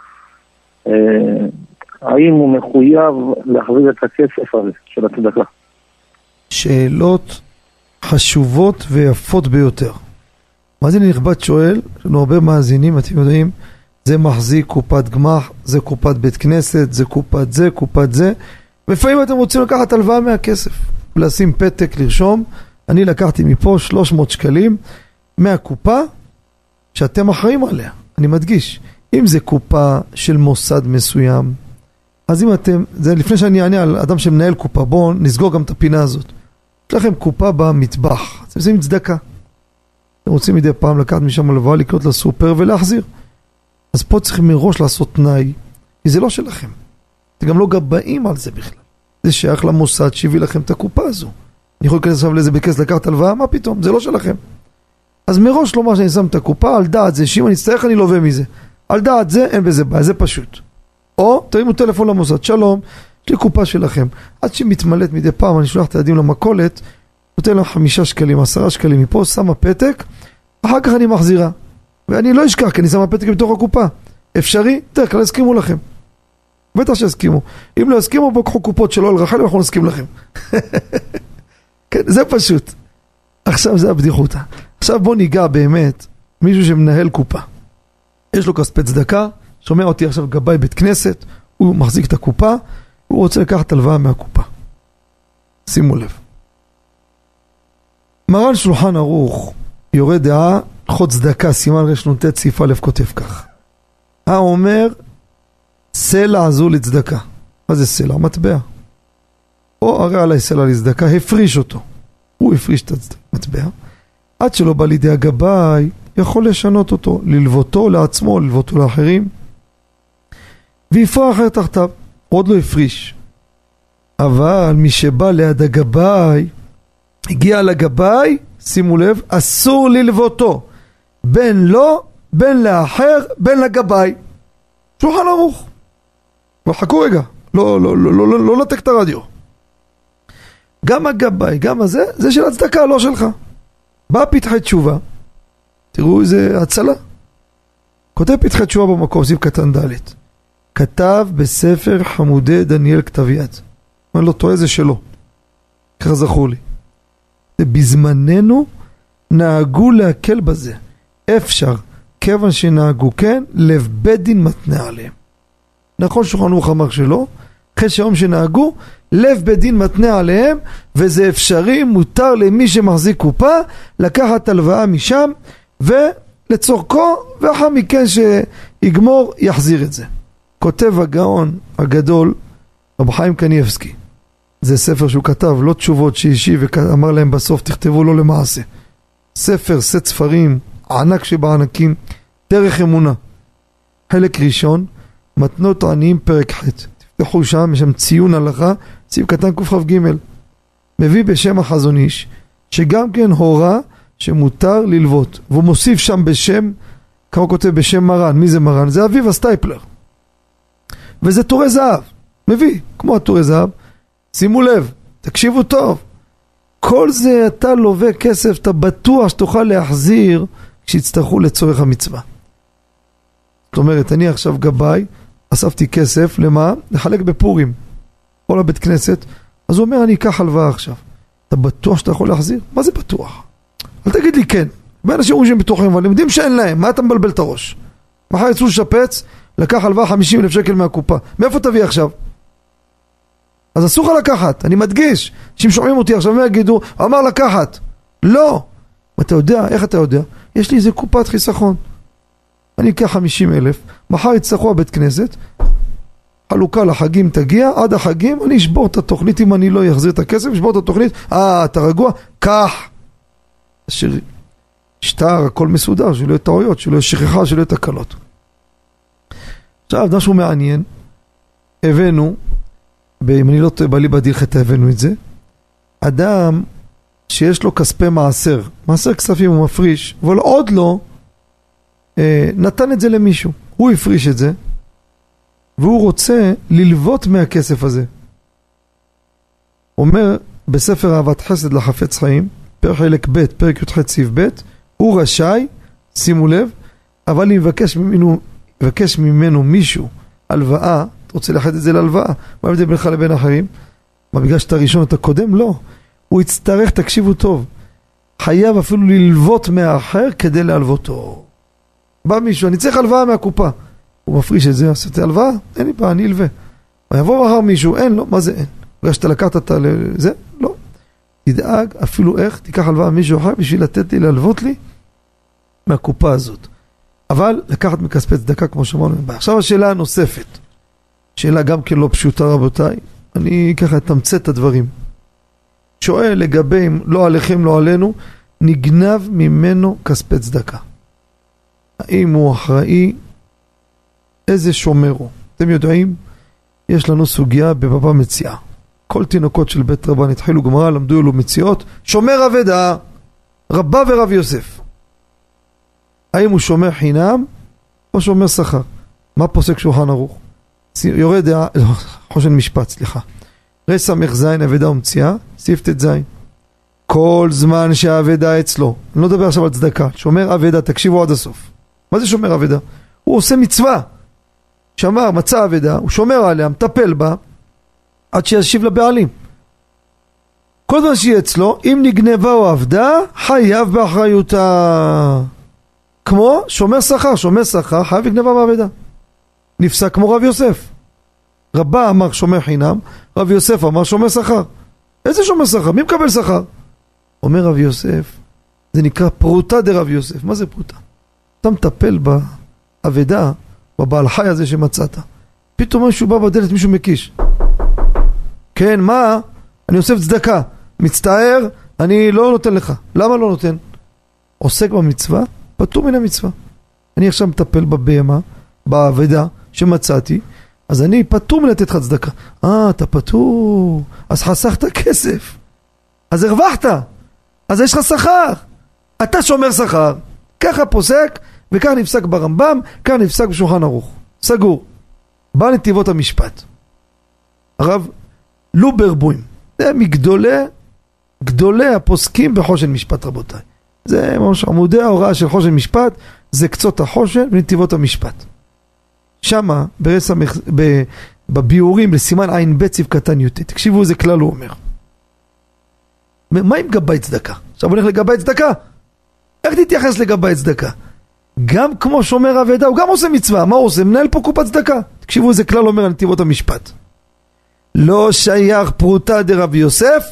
האם הוא מחויב להחזיר את הכסף הזה של הצדקה? שאלות חשובות ויפות ביותר. מאזין נכבד שואל, יש לנו הרבה מאזינים, אתם יודעים, זה מחזיק קופת גמח, זה קופת בית כנסת, זה קופת זה, קופת זה, ולפעמים אתם רוצים לקחת הלוואה מהכסף, לשים פתק, לרשום, אני לקחתי מפה שלוש מאות שקלים מהקופה שאתם אחראים עליה. אני מדגיש, אם זה קופה של מוסד מסוים, אז אם אתם, זה לפני שאני אענה על אדם שמנהל קופה, בואו נסגור גם את הפינה הזאת. יש לכם קופה במטבח, אתם עושים צדקה. אתם רוצים מדי פעם לקחת משם הלוואה, לקנות לסופר ולהחזיר. אז פה צריכים מראש לעשות תנאי, כי זה לא שלכם. אתם גם לא גבאים על זה בכלל. זה שייך למוסד שהביא לכם את הקופה הזו. אני יכול להיכנס עכשיו לאיזה בכס לקחת הלוואה, מה פתאום? זה לא שלכם. אז מראש לומר שאני שם את הקופה, על דעת זה, שאם אני אצטרך אני לווה מזה. על דעת זה, אין בזה בעיה, זה פשוט. או תרימו טלפון למוסד, שלום, יש לי קופה שלכם. עד שמתמלאת מדי פעם, אני שולח את הילדים למכולת, נותן להם חמישה שקלים, עשרה שקלים מפה, שמה פתק, אחר כך אני מחזירה. ואני לא אשכח, כי אני שמה פתק בתוך הקופה. אפשרי? תראה, כלל הסכימו לכם. בטח שהסכימו. אם לא הסכימו, בואו קחו קופות שלו על רחל, ואנחנו נסכים לכם. כן, זה פשוט. עכשיו זה הבדיחותה. עכשיו בוא ניגע באמת, מישהו שמנהל קופה. יש לו כספי צדקה, שומע אותי עכשיו גבאי בית כנסת, הוא מחזיק את הקופה, הוא רוצה לקחת הלוואה מהקופה. שימו לב. מרן שולחן ערוך, יורה דעה, חוד צדקה, סימן רשנונתת סעיף א' כותב כך. האומר, סלע זו לצדקה. מה זה סלע? מטבע. או הרי עלי סלע לצדקה, הפריש אותו. הוא הפריש את המטבע. עד שלא בא לידי הגבאי, יכול לשנות אותו, ללוותו לעצמו, ללוותו לאחרים. ויפרח תחתיו. עוד לא הפריש. אבל מי שבא ליד הגבאי, הגיע לגבאי, שימו לב, אסור ללוותו. בין לו, בין לאחר, בין לגבאי. שולחן ערוך. וחכו רגע, לא, לא, לא, לא, לא, לא נתק את הרדיו. גם הגבאי, גם הזה, זה של הצדקה, לא שלך. בא פתחי תשובה, תראו איזה הצלה. כותב פתחי תשובה במקום, סעיף קטן ד', כתב בספר חמודי דניאל כתב יד. אני לא טועה, זה שלו. ככה זכור לי. בזמננו נהגו להקל בזה. אפשר, כיוון שנהגו כן, לב בית דין מתנה עליהם. נכון שולחן ערוך אמר שלא, אחרי שהיום שנהגו, לב בית דין מתנה עליהם, וזה אפשרי, מותר למי שמחזיק קופה, לקחת הלוואה משם, ולצורכו, ואחר מכן שיגמור, יחזיר את זה. כותב הגאון הגדול, רב חיים קניבסקי. זה ספר שהוא כתב, לא תשובות שאישי, ואמר להם בסוף, תכתבו לו למעשה. ספר, סט ספרים, ענק שבענקים, דרך אמונה. חלק ראשון, מתנות עניים פרק ח'. תפתחו שם, יש שם ציון הלכה, ציון קטן קכ"ג. מביא בשם החזון איש, שגם כן הורה שמותר ללוות. והוא מוסיף שם בשם, כמה כותב בשם מרן. מי זה מרן? זה אביב הסטייפלר. וזה תורי זהב. מביא, כמו התורי זהב. שימו לב, תקשיבו טוב. כל זה אתה לווה כסף, אתה בטוח שתוכל להחזיר כשיצטרכו לצורך המצווה. זאת אומרת, אני עכשיו גבאי, אספתי כסף, למה? לחלק בפורים, או לבית כנסת. אז הוא אומר, אני אקח הלוואה עכשיו. אתה בטוח שאתה יכול להחזיר? מה זה בטוח? אל תגיד לי כן. באנשים אומרים שהם בטוחים, אבל הם יודעים שאין להם. מה אתה מבלבל את הראש? מחר יצאו לשפץ, לקח הלוואה חמישים אלף שקל מהקופה. מאיפה תביא עכשיו? אז אסור לך לקחת, אני מדגיש. שאם שומעים אותי עכשיו, מה יגידו? אמר לקחת. לא. אתה יודע, איך אתה יודע? יש לי איזה קופת חיסכון. אני אקח חמישים אלף, מחר יצטרכו הבית כנסת, חלוקה לחגים תגיע, עד החגים אני אשבור את התוכנית, אם אני לא יחזיר את הכסף, אשבור את התוכנית, אה, אתה רגוע? קח. שטר, הכל מסודר, שלא יהיה טעויות, שלא יהיה שכחה, שלא יהיה תקלות. עכשיו, משהו מעניין, הבאנו, אם אני לא טועה, בא לי בדילחת הבאנו את זה, אדם שיש לו כספי מעשר, מעשר כספים הוא מפריש, אבל עוד לא, אה, נתן את זה למישהו, הוא הפריש את זה, והוא רוצה ללוות מהכסף הזה. אומר בספר אהבת חסד לחפץ חיים, פרק חלק ב', פרק י"ח סעיף ב', הוא רשאי, שימו לב, אבל אם יבקש ממנו, יבקש ממנו מישהו הלוואה, אתה רוצה לאחד את זה להלוואה, מה הבדל בינך לבין אחרים? מה, בגלל שאתה ראשון אתה קודם? לא. הוא יצטרך, תקשיבו טוב, חייב אפילו ללוות מהאחר כדי להלוותו. בא מישהו, אני צריך הלוואה מהקופה. הוא מפריש את זה, עושה את הלוואה, אין לי בעיה, אני אלווה. ויבוא אחר מישהו, אין, לא, מה זה אין? בגלל שאתה לקחת את זה? לא. תדאג אפילו איך, תיקח הלוואה מישהו אחר בשביל לתת לי, להלוות לי מהקופה הזאת. אבל לקחת מכספי צדקה כמו שאמרנו. עכשיו השאלה הנוספת, שאלה גם כן לא פשוטה רבותיי, אני ככה אתמצת את הדברים. שואל לגבי לא עליכם לא עלינו, נגנב ממנו כספי צדקה. האם הוא אחראי? איזה שומר הוא? אתם יודעים, יש לנו סוגיה בבבא מציאה. כל תינוקות של בית רבן התחילו גמרא, למדו אלו מציאות, שומר אבדה, רבא ורב יוסף. האם הוא שומר חינם או שומר שכר? מה פוסק שולחן ערוך? יורד דעה, חושן משפט, סליחה. רש סמך זין, אבדה ומציאה, סעיף ט' זין. כל זמן שהאבדה אצלו, אני לא מדבר עכשיו על צדקה, שומר אבדה, תקשיבו עד הסוף. מה זה שומר אבדה? הוא עושה מצווה. שמר, מצא אבדה, הוא שומר עליה, מטפל בה, עד שישיב לבעלים. כל זמן שיהיה אצלו, אם נגנבה או עבדה, חייב באחריותה. כמו שומר שכר, שומר שכר, חייב לגנבה בעבדה. נפסק כמו רב יוסף. רבא אמר שומר חינם, רב יוסף אמר שומר שכר. איזה שומר שכר? מי מקבל שכר? אומר רב יוסף, זה נקרא פרוטה דרב יוסף. מה זה פרוטה? אתה מטפל בעבדה, בבעל חי הזה שמצאת. פתאום מישהו בא בדלת, מישהו מקיש. כן, מה? אני אוסף צדקה. מצטער, אני לא נותן לך. למה לא נותן? עוסק במצווה, פטור מן המצווה. אני עכשיו מטפל בבהמה, בעבדה שמצאתי, אז אני פטור מלתת לך צדקה. אה, אתה פטור, אז חסכת כסף. אז הרווחת. אז יש לך שכר. אתה שומר שכר. ככה פוסק, וכך נפסק ברמב"ם, כך נפסק בשולחן ערוך. סגור. בא נתיבות המשפט. הרב לוברבוים. זה מגדולי, גדולי הפוסקים בחושן משפט רבותיי. זה ממש עמודי ההוראה של חושן משפט, זה קצות החושן ונתיבות המשפט. שמה, ברס המח... ב... בביאורים לסימן עין ב' סעיף קטן י"ט, תקשיבו איזה כלל הוא אומר. מה עם גבאי צדקה? עכשיו הולך לגבאי צדקה. איך תתייחס לגבאי צדקה? גם כמו שומר אבדה, הוא גם עושה מצווה. מה הוא עושה? מנהל פה קופת צדקה. תקשיבו איזה כלל אומר על נתיבות המשפט. לא שייך פרוטה דרב יוסף,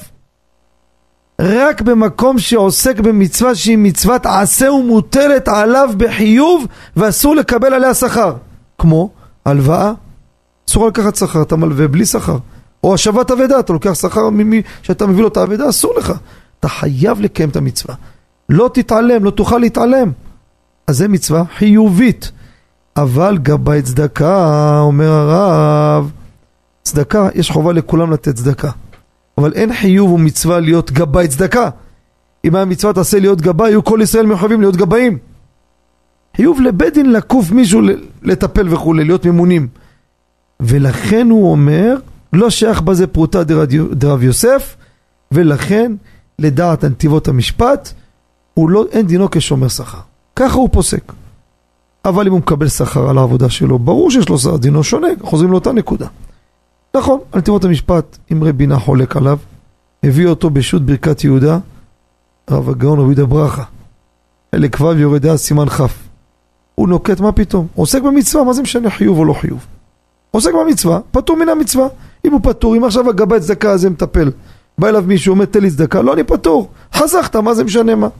רק במקום שעוסק במצווה שהיא מצוות עשה ומוטלת עליו בחיוב ואסור לקבל עליה שכר. כמו הלוואה, אסור לקחת שכר, אתה מלווה בלי שכר. או השבת אבדה, אתה לוקח שכר ממי שאתה מביא לו את האבדה, אסור לך. אתה חייב לקיים את המצווה. לא תתעלם, לא תוכל להתעלם. אז זה מצווה חיובית. אבל גבאי צדקה, אומר הרב, צדקה, יש חובה לכולם לתת צדקה. אבל אין חיוב ומצווה להיות גבאי צדקה. אם המצווה תעשה להיות גבאי, יהיו כל ישראל מחויבים להיות גבאים. חיוב לבית דין לקוף מישהו לטפל וכו', להיות ממונים. ולכן הוא אומר, לא שייך בזה פרוטה דרב יוסף, ולכן לדעת הנתיבות המשפט, הוא לא, אין דינו כשומר שכר. ככה הוא פוסק. אבל אם הוא מקבל שכר על העבודה שלו, ברור שיש לו שכר, דינו שונה, חוזרים לאותה נקודה. נכון, הנתיבות המשפט, אם רבינה חולק עליו, הביא אותו בשו"ת ברכת יהודה, רב הגאון רבי יהודה ברכה. אלה כבר יורדה סימן חף. הוא נוקט מה פתאום? עוסק במצווה, מה זה משנה חיוב או לא חיוב? עוסק במצווה, פטור מן המצווה. אם הוא פטור, אם עכשיו הגבאי צדקה הזה מטפל, בא אליו מישהו, אומר תן לי צדקה, לא אני פטור, חזכת, מה זה משנה מה?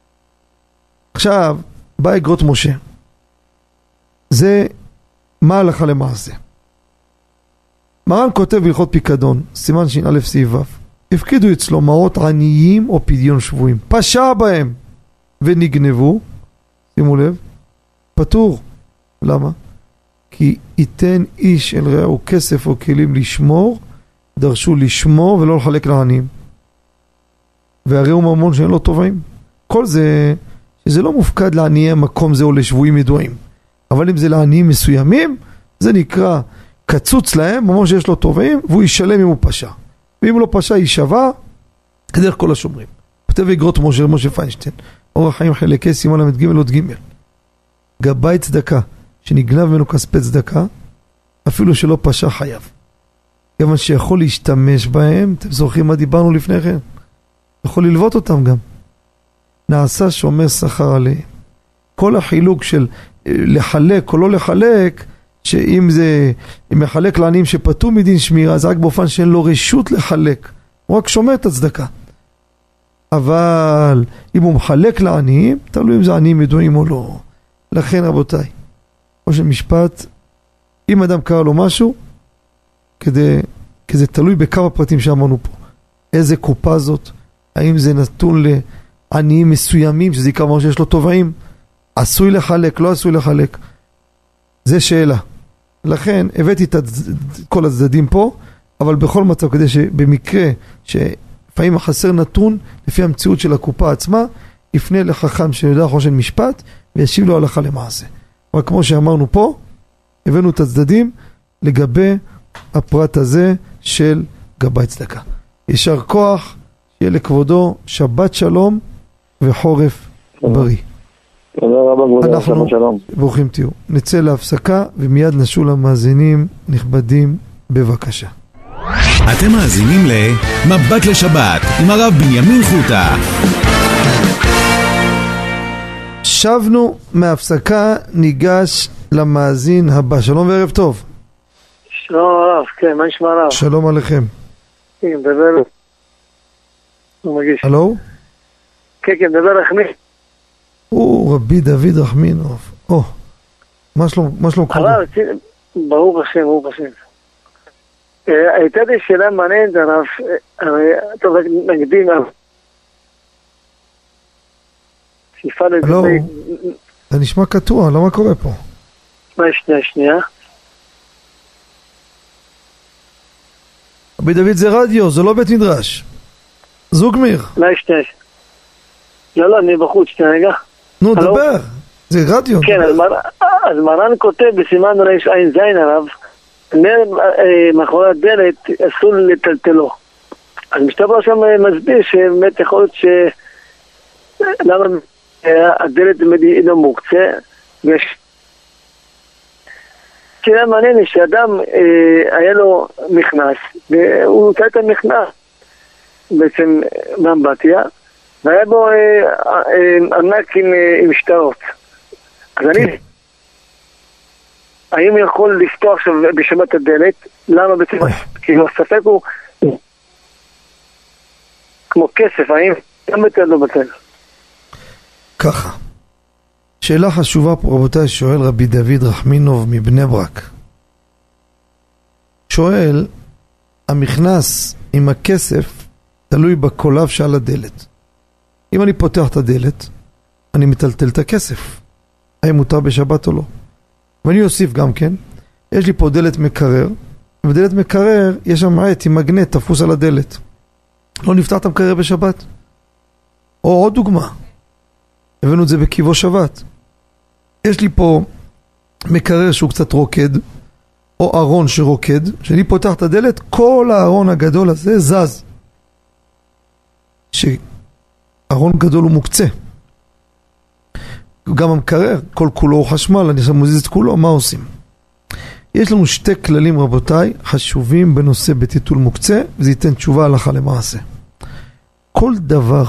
עכשיו, בא אגרות משה. זה מה הלכה למעשה. מרן כותב בהלכות פיקדון, סימן ש"א סעיף ו', הפקידו אצלו מעות עניים או פדיון שבויים, פשע בהם ונגנבו, שימו לב, פטור. למה? כי ייתן איש אל רעהו כסף או כלים לשמור, דרשו לשמור ולא לחלק לעניים. והרי הוא ממון שאין לו טובעים. כל זה, שזה לא מופקד לעניי מקום זה או לשבויים ידועים. אבל אם זה לעניים מסוימים, זה נקרא קצוץ להם, ממון שיש לו טובעים, והוא ישלם אם הוא פשע. ואם הוא לא פשע, יישבע, כדרך כל השומרים. כותב אגרות משה, משה פיינשטיין, אורח חיים חלקי סימן למד ג' עוד ג'. גבאי צדקה, שנגנב ממנו כספי צדקה, אפילו שלא פשע חייב. כיוון שיכול להשתמש בהם, אתם זוכרים מה דיברנו לפני כן? יכול ללוות אותם גם. נעשה שומר שכר עליהם. כל החילוק של לחלק או לא לחלק, שאם זה, אם מחלק לעניים שפטו מדין שמירה, זה רק באופן שאין לו רשות לחלק. הוא רק שומר את הצדקה. אבל אם הוא מחלק לעניים, תלוי אם זה עניים ידועים או לא. לכן רבותיי, או שמשפט, אם אדם קרא לו משהו, כדי, כזה תלוי בכמה פרטים שאמרנו פה. איזה קופה זאת? האם זה נתון לעניים מסוימים, שזה יקרא משהו שיש לו טובעים? עשוי לחלק, לא עשוי לחלק? זה שאלה. לכן הבאתי את כל הצדדים פה, אבל בכל מצב, כדי שבמקרה שלפעמים חסר נתון, לפי המציאות של הקופה עצמה, יפנה לחכם שיודע חושן משפט, וישיב לו הלכה למעשה. אבל כמו שאמרנו פה, הבאנו את הצדדים לגבי הפרט הזה של גבאי צדקה. ישר כוח, שיהיה לכבודו שבת שלום וחורף בריא. תודה רבה כבודו. אנחנו ברוכים תהיו. נצא להפסקה ומיד נשול למאזינים נכבדים בבקשה. אתם מאזינים למבט לשבת עם הרב בנימין חוטה. שבנו מהפסקה, ניגש למאזין הבא. שלום וערב טוב. שלום הרב, כן, מה נשמע הרב? שלום עליכם. כן, מדבר. הוא מגיש. הלו? כן, כן, מדבר רחמי. או, רבי דוד רחמינוב. או, מה שלום, מה שלום קורא? הרב, ברוך השם, ברוך השם. הייתה לי שאלה מעניינת, הרב, טוב, נקדים, הלו, זה נשמע קטוע, למה קורה פה? מה, שנייה, שנייה. רבי דוד זה רדיו, זה לא בית מדרש. זוג מיר. מה, שנייה. לא, לא, אני בחוץ, שנייה רגע. נו, דבר, זה רדיו. כן, אז מרן כותב בסימן רש עין זין הרב, מאחורי הדלת אסור לטלטלו. אז משתבר שם מסביר שבאמת יכול להיות ש... למה הדלת תמיד אינו מוקצה, ויש... שאלה מעניינת שאדם היה לו מכנס, והוא הוצא את המכנס בעצם באמבטיה, והיה בו ענק עם שטרות. אז אני... האם הוא יכול לפתוח עכשיו בשבת הדלת? למה בעצם? כי הספק הוא כמו כסף, האם גם בטל לא בטל? ככה. שאלה חשובה פה, רבותיי, שואל רבי דוד רחמינוב מבני ברק. שואל, המכנס עם הכסף תלוי בקולב שעל הדלת. אם אני פותח את הדלת, אני מטלטל את הכסף. האם מותר בשבת או לא? ואני אוסיף גם כן, יש לי פה דלת מקרר, ובדלת מקרר יש שם עט עם מגנט תפוס על הדלת. לא נפתח את המקרר בשבת. או עוד דוגמה, הבאנו את זה בקיבו שבת. יש לי פה מקרר שהוא קצת רוקד, או ארון שרוקד, כשאני פותח את הדלת, כל הארון הגדול הזה זז. שארון גדול הוא מוקצה. גם המקרר, כל כולו הוא חשמל, אני עכשיו מוזיז את כולו, מה עושים? יש לנו שתי כללים, רבותיי, חשובים בנושא בטיטול מוקצה, וזה ייתן תשובה הלכה למעשה. כל דבר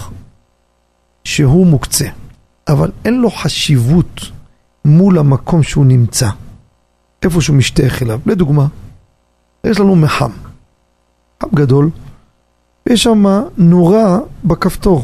שהוא מוקצה, אבל אין לו חשיבות מול המקום שהוא נמצא, איפה שהוא משתייך אליו. לדוגמה, יש לנו מחם, חם גדול, ויש שם נורה בכפתור.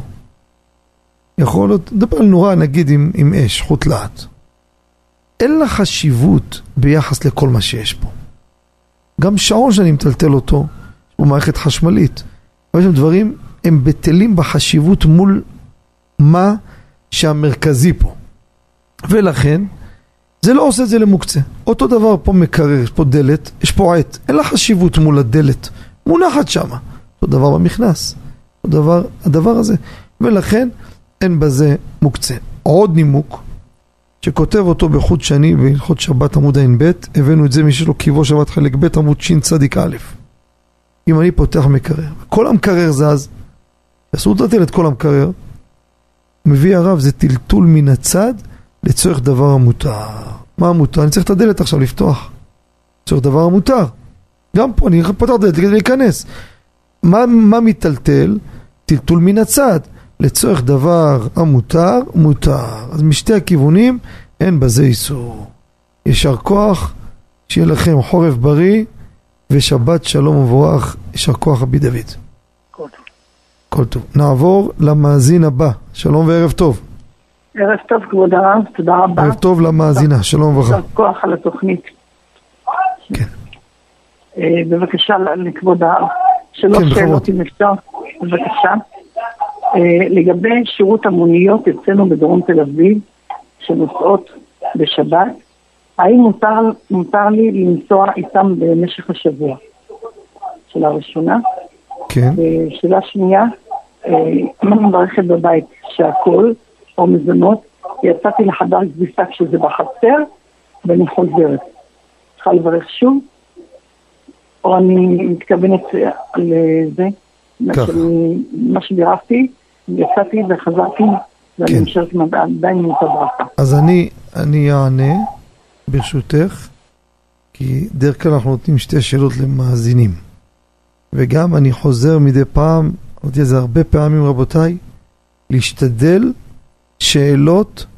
יכול להיות, דבר על נורה נגיד עם, עם אש, חוט לאט. אין לה חשיבות ביחס לכל מה שיש פה. גם שעון שאני מטלטל אותו, הוא מערכת חשמלית. אבל יש שם דברים, הם בטלים בחשיבות מול מה שהמרכזי פה. ולכן, זה לא עושה את זה למוקצה. אותו דבר פה מקרר, יש פה דלת, יש פה עט. אין לה חשיבות מול הדלת. מונחת שמה. אותו דבר במכנס. אותו דבר, הדבר הזה. ולכן, אין בזה מוקצה. עוד נימוק, שכותב אותו בחוד שני, בחוד שבת עמוד עין ב', הבאנו את זה מי שיש לו קיבו שבת חלק ב' עמוד שין צדיק א'. אם אני פותח מקרר, כל המקרר זז, אסור לטלטל את כל המקרר, מביא הרב, זה טלטול מן הצד, לצורך דבר המותר. מה המותר? אני צריך את הדלת עכשיו לפתוח. לצורך דבר המותר. גם פה, אני פותח דלת כדי להיכנס. מה, מה מטלטל? טלטול מן הצד. לצורך דבר המותר, מותר. אז משתי הכיוונים, אין בזה איסור. ישר כוח, שיהיה לכם חורף בריא, ושבת שלום וברך, ישר כוח רבי דוד. כל טוב. כל טוב. נעבור למאזין הבא. שלום וערב טוב. ערב טוב כבוד הרב, תודה רבה. ערב טוב למאזינה, שלום וברכה. ישר כוח על התוכנית. כן. בבקשה לכבוד הרב. שלוש שאלות אם אפשר, בבקשה. לגבי שירות המוניות אצלנו בדרום תל אביב שנוסעות בשבת, האם מותר, מותר לי לנסוע איתם במשך השבוע? שאלה ראשונה. כן. שאלה שנייה, אם אני מברכת בבית שהכל או מזונות, יצאתי לחדר כביסה כשזה בחצר ואני חוזרת, צריכה לברך שוב? או אני מתכוונת על זה, מה שבירפתי, יצאתי וחזרתי, ואני נשארת עדיין עם אותה ברכה. אז אני, אני אענה, ברשותך, כי דרך כלל אנחנו נותנים שתי שאלות למאזינים. וגם אני חוזר מדי פעם, אמרתי את זה הרבה פעמים רבותיי, להשתדל שאלות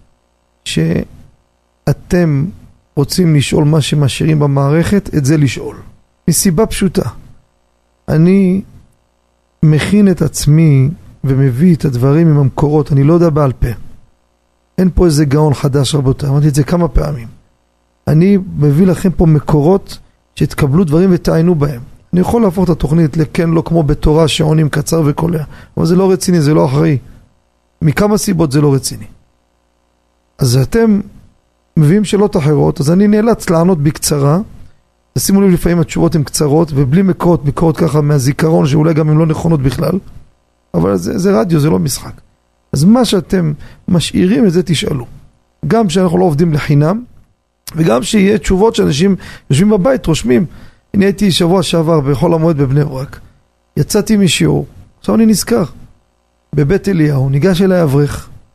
שאתם רוצים לשאול מה שמשאירים במערכת, את זה לשאול. מסיבה פשוטה. אני מכין את עצמי ומביא את הדברים עם המקורות, אני לא יודע בעל פה. אין פה איזה גאון חדש רבותיי, אמרתי את זה כמה פעמים. אני מביא לכם פה מקורות שתקבלו דברים ותעיינו בהם. אני יכול להפוך את התוכנית לכן לא כמו בתורה שעונים קצר וקולע, אבל זה לא רציני, זה לא אחראי. מכמה סיבות זה לא רציני. אז אתם מביאים שאלות אחרות, אז אני נאלץ לענות בקצרה, שימו לב לפעמים התשובות הן קצרות ובלי מקורות, מקורות ככה מהזיכרון שאולי גם הן לא נכונות בכלל, אבל זה, זה רדיו, זה לא משחק. אז מה שאתם משאירים את זה תשאלו. גם שאנחנו לא עובדים לחינם, וגם שיהיה תשובות שאנשים יושבים בבית, רושמים. אני הייתי שבוע שעבר בכל המועד בבני ברק, יצאתי משיעור, עכשיו אני נזכר, בבית אליהו, ניגש אליי אברך,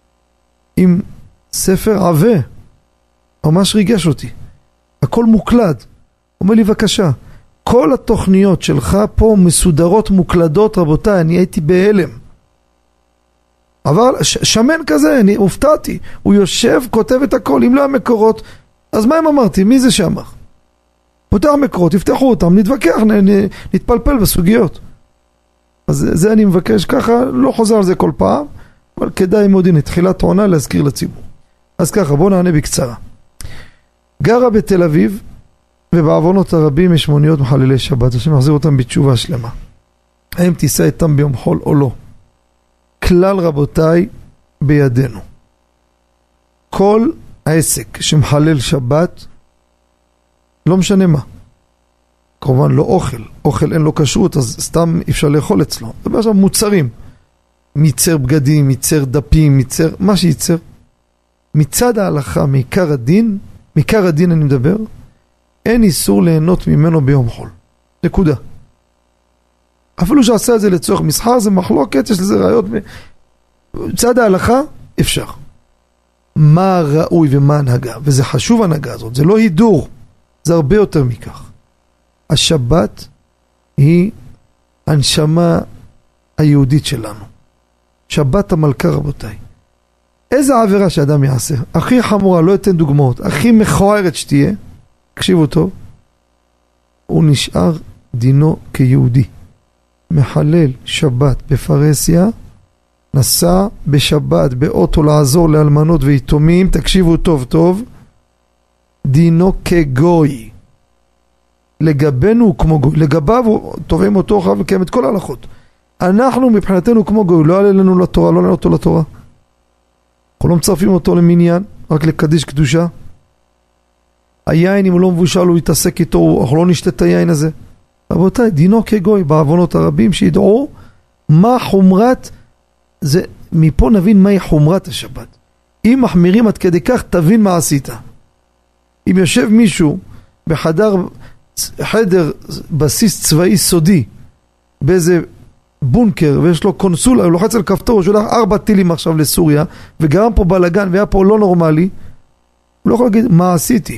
עם ספר עבה, ממש ריגש אותי. הכל מוקלד. אומר לי, בבקשה, כל התוכניות שלך פה מסודרות, מוקלדות, רבותיי, אני הייתי בהלם. אבל ש- שמן כזה, אני הופתעתי. הוא יושב, כותב את הכל, אם לא המקורות, אז מה הם אמרתי? מי זה שאמר? פותח מקורות, תפתחו אותם, נתווכח, נ- נ- נתפלפל בסוגיות. אז זה אני מבקש ככה, לא חוזר על זה כל פעם, אבל כדאי מאוד, הנה, תחילת עונה להזכיר לציבור. אז ככה, בואו נענה בקצרה. גרה בתל אביב, ובעוונות הרבים יש מוניות מחללי שבת, השם מחזיר אותם בתשובה שלמה. האם תיסע איתם ביום חול או לא? כלל רבותיי בידינו. כל העסק שמחלל שבת, לא משנה מה. כמובן לא אוכל, אוכל אין לו כשרות, אז סתם אפשר לאכול אצלו. זה בעצם מוצרים. מיצר בגדים, מיצר דפים, מיצר, מה שייצר. מצד ההלכה, מעיקר הדין, מעיקר הדין אני מדבר, אין איסור ליהנות ממנו ביום חול. נקודה. אפילו שעשה את זה לצורך מסחר, זה מחלוקת, יש לזה ראיות. מצד ההלכה, אפשר. מה ראוי ומה הנהגה, וזה חשוב הנהגה הזאת, זה לא הידור, זה הרבה יותר מכך. השבת היא הנשמה היהודית שלנו. שבת המלכה רבותיי. איזה עבירה שאדם יעשה, הכי חמורה, לא אתן דוגמאות, הכי מכוערת שתהיה, תקשיבו טוב, הוא נשאר דינו כיהודי. מחלל שבת בפרסיה, נסע בשבת באוטו לעזור לאלמנות ויתומים, תקשיבו טוב טוב, דינו כגוי. לגבינו הוא כמו גוי, לגביו הוא תובעים אותו חייב לקיים את כל ההלכות. אנחנו מבחינתנו כמו גוי, לא עלה לנו לתורה, לא עלה אותו לתורה. אנחנו לא מצרפים אותו למניין, רק לקדיש קדושה. היין אם הוא לא מבושל הוא יתעסק איתו, אנחנו לא נשתה את היין הזה. רבותיי, דינו כגוי, בעוונות הרבים שידעו מה חומרת, זה, מפה נבין מהי חומרת השבת. אם מחמירים עד כדי כך, תבין מה עשית. אם יושב מישהו בחדר, חדר בסיס צבאי סודי, באיזה בונקר, ויש לו קונסולה, הוא לוחץ על כפתור, הוא שולח ארבע טילים עכשיו לסוריה, וגרם פה בלגן, והיה פה לא נורמלי, הוא לא יכול להגיד, מה עשיתי?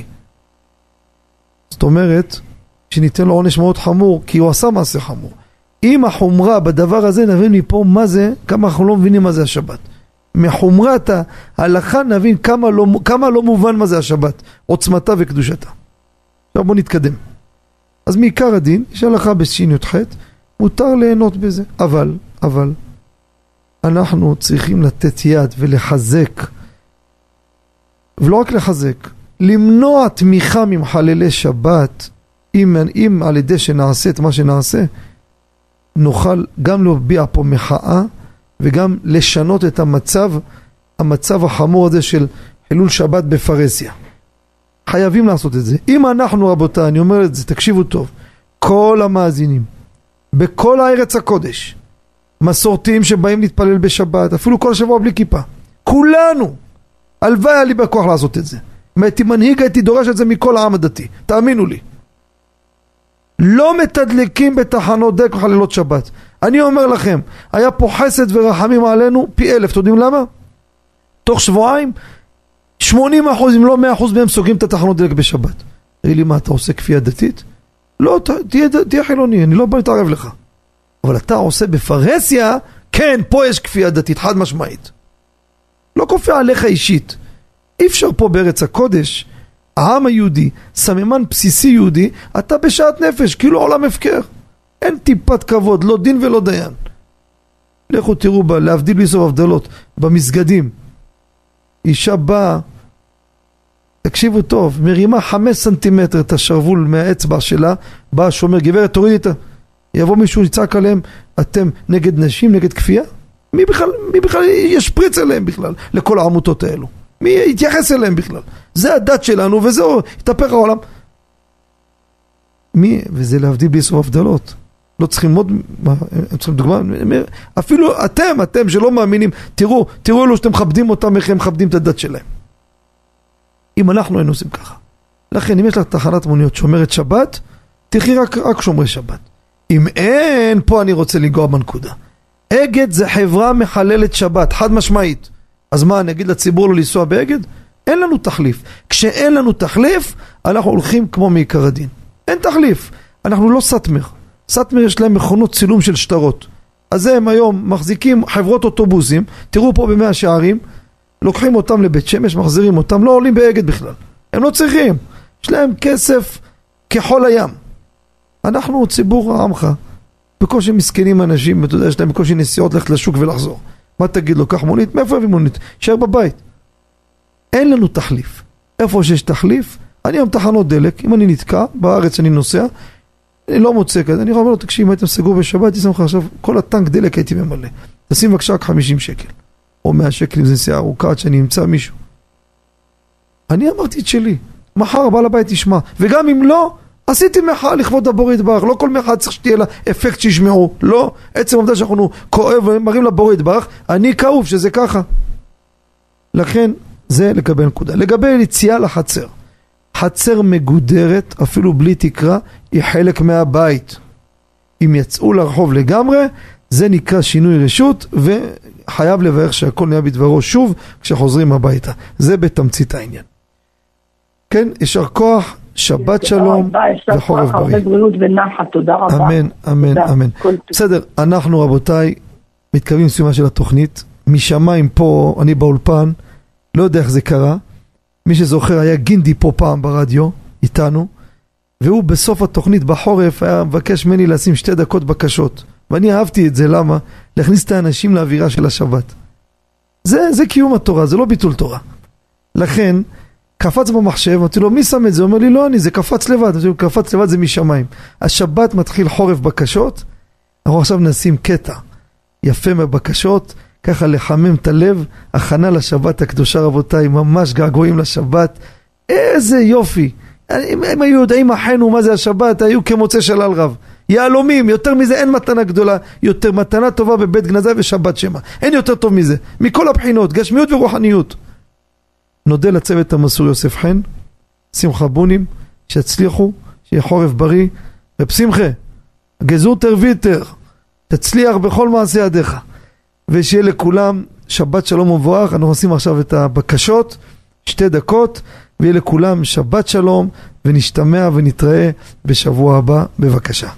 זאת אומרת, שניתן לו עונש מאוד חמור, כי הוא עשה מעשה חמור. אם החומרה בדבר הזה, נבין מפה מה זה, כמה אנחנו לא מבינים מה זה השבת. מחומרת ההלכה נבין כמה לא, כמה לא מובן מה זה השבת, עוצמתה וקדושתה. עכשיו בוא נתקדם. אז מעיקר הדין, יש הלכה בשין י"ח, מותר ליהנות בזה, אבל, אבל, אנחנו צריכים לתת יד ולחזק, ולא רק לחזק, למנוע תמיכה ממחללי שבת, אם, אם על ידי שנעשה את מה שנעשה, נוכל גם להביע פה מחאה, וגם לשנות את המצב, המצב החמור הזה של חילול שבת בפרסיה. חייבים לעשות את זה. אם אנחנו רבותיי, אני אומר את זה, תקשיבו טוב, כל המאזינים, בכל הארץ הקודש, מסורתיים שבאים להתפלל בשבת, אפילו כל שבוע בלי כיפה, כולנו, הלוואי היה לי בכוח לעשות את זה. אם הייתי מנהיג, הייתי דורש את זה מכל העם הדתי, תאמינו לי. לא מתדלקים בתחנות דלק וחלילות שבת. אני אומר לכם, היה פה חסד ורחמים עלינו פי אלף, אתם יודעים למה? תוך שבועיים, שמונים אחוז אם לא מאה אחוז מהם סוגרים את התחנות דלק בשבת. תראי לי מה, אתה עושה כפייה דתית? לא, תהיה, תהיה חילוני, אני לא בא להתערב לך. אבל אתה עושה בפרסיה, כן, פה יש כפייה דתית, חד משמעית. לא כופה עליך אישית. אי אפשר פה בארץ הקודש, העם היהודי, סממן בסיסי יהודי, אתה בשעת נפש, כאילו עולם הפקר. אין טיפת כבוד, לא דין ולא דיין. לכו תראו בה, להבדיל בסוף הבדלות, במסגדים. אישה באה, תקשיבו טוב, מרימה חמש סנטימטר את השרוול מהאצבע שלה, בא שומר, גברת תורידי את ה... יבוא מישהו יצעק עליהם, אתם נגד נשים, נגד כפייה? מי בכלל, מי בכלל ישפריץ אליהם בכלל, לכל העמותות האלו? מי יתייחס אליהם בכלל? זה הדת שלנו וזהו, יתהפך העולם. מי? וזה להבדיל בלי סוף הבדלות. לא צריכים עוד, הם צריכים דוגמה, אפילו אתם, אתם שלא מאמינים, תראו, תראו אלו שאתם מכבדים אותם, איך הם מכבדים את הדת שלהם. אם אנחנו היינו עושים ככה. לכן, אם יש לך תחנת מוניות שומרת שבת, תחי רק, רק שומרי שבת. אם אין, פה אני רוצה לגוע בנקודה. אגד זה חברה מחללת שבת, חד משמעית. אז מה, אני אגיד לציבור לא לנסוע באגד? אין לנו תחליף. כשאין לנו תחליף, אנחנו הולכים כמו מעיקר הדין. אין תחליף. אנחנו לא סטמר. סטמר יש להם מכונות צילום של שטרות. אז הם היום מחזיקים חברות אוטובוסים, תראו פה במאה שערים, לוקחים אותם לבית שמש, מחזירים אותם, לא עולים באגד בכלל. הם לא צריכים. יש להם כסף כחול הים. אנחנו ציבור העמך. בקושי מסכנים אנשים, אתה יודע, יש להם בקושי נסיעות ללכת לשוק ולחזור. מה תגיד לו? קח מונית? מאיפה הביא מונית? שער בבית. אין לנו תחליף. איפה שיש תחליף, אני היום תחנות דלק, אם אני נתקע, בארץ אני נוסע, אני לא מוצא כזה, אני אומר לו, תקשיב, אם הייתם סגור בשבת, תשים לך עכשיו, כל הטנק דלק הייתי ממלא. תשים בבקשה רק חמישים שקל. או מאה שקל אם זה נסיעה ארוכה, עד שאני אמצא מישהו. אני אמרתי את שלי. מחר בעל הבית ישמע. וגם אם לא, עשיתי מחאה לכבוד הבורא יתברך. לא כל מחאה צריך שתהיה לה אפקט שישמעו. לא, עצם עובדה שאנחנו כואב ומראים לבורא יתברך, אני כאוב שזה ככה. לכן, זה לגבי נקודה. לגבי יציאה לחצר. חצר מגודרת, אפילו בלי תקרה, היא חלק מהבית. אם יצאו לרחוב לגמרי, זה נקרא שינוי רשות, וחייב לברך שהכל נהיה בדברו שוב, כשחוזרים הביתה. זה בתמצית העניין. כן, ישר כוח, שבת שלום וחורף בריא. הרבה בריאות ונחת, תודה רבה. אמן, אמן, אמן. בסדר, אנחנו רבותיי, מתקרבים לסיומה של התוכנית, משמיים פה, אני באולפן, לא יודע איך זה קרה, מי שזוכר היה גינדי פה פעם ברדיו, איתנו, והוא בסוף התוכנית בחורף היה מבקש ממני לשים שתי דקות בקשות, ואני אהבתי את זה, למה? להכניס את האנשים לאווירה של השבת. זה, זה קיום התורה, זה לא ביטול תורה. לכן, קפץ במחשב, אמרתי לו, מי שם את זה? הוא אומר לי, לא אני, זה קפץ לבד. אמרתי לו, קפץ לבד זה משמיים. השבת מתחיל חורף בקשות, אנחנו עכשיו נשים קטע יפה מהבקשות, ככה לחמם את הלב, הכנה לשבת הקדושה רבותיי, ממש געגועים לשבת, איזה יופי. הם, הם היו יודעים אחינו מה זה השבת, היו כמוצא שלל רב. יעלומים, יותר מזה אין מתנה גדולה, יותר מתנה טובה בבית גנזה ושבת שמה. אין יותר טוב מזה, מכל הבחינות, גשמיות ורוחניות. נודה לצוות המסור יוסף חן, שמחה בונים, שיצליחו, שיהיה חורף בריא, ובשמחה, גזור ויתר, תצליח בכל מעשה ידיך, ושיהיה לכולם שבת שלום ומבורך. אנחנו עושים עכשיו את הבקשות, שתי דקות, ויהיה לכולם שבת שלום, ונשתמע ונתראה בשבוע הבא, בבקשה.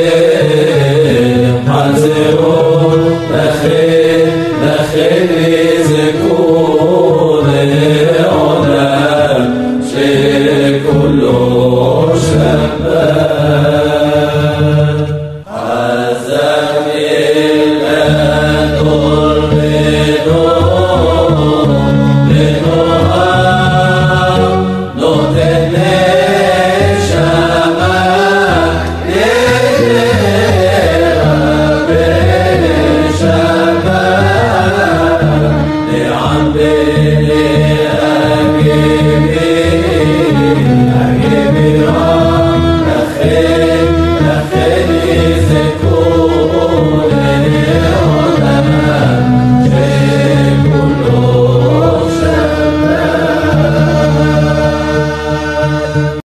Hey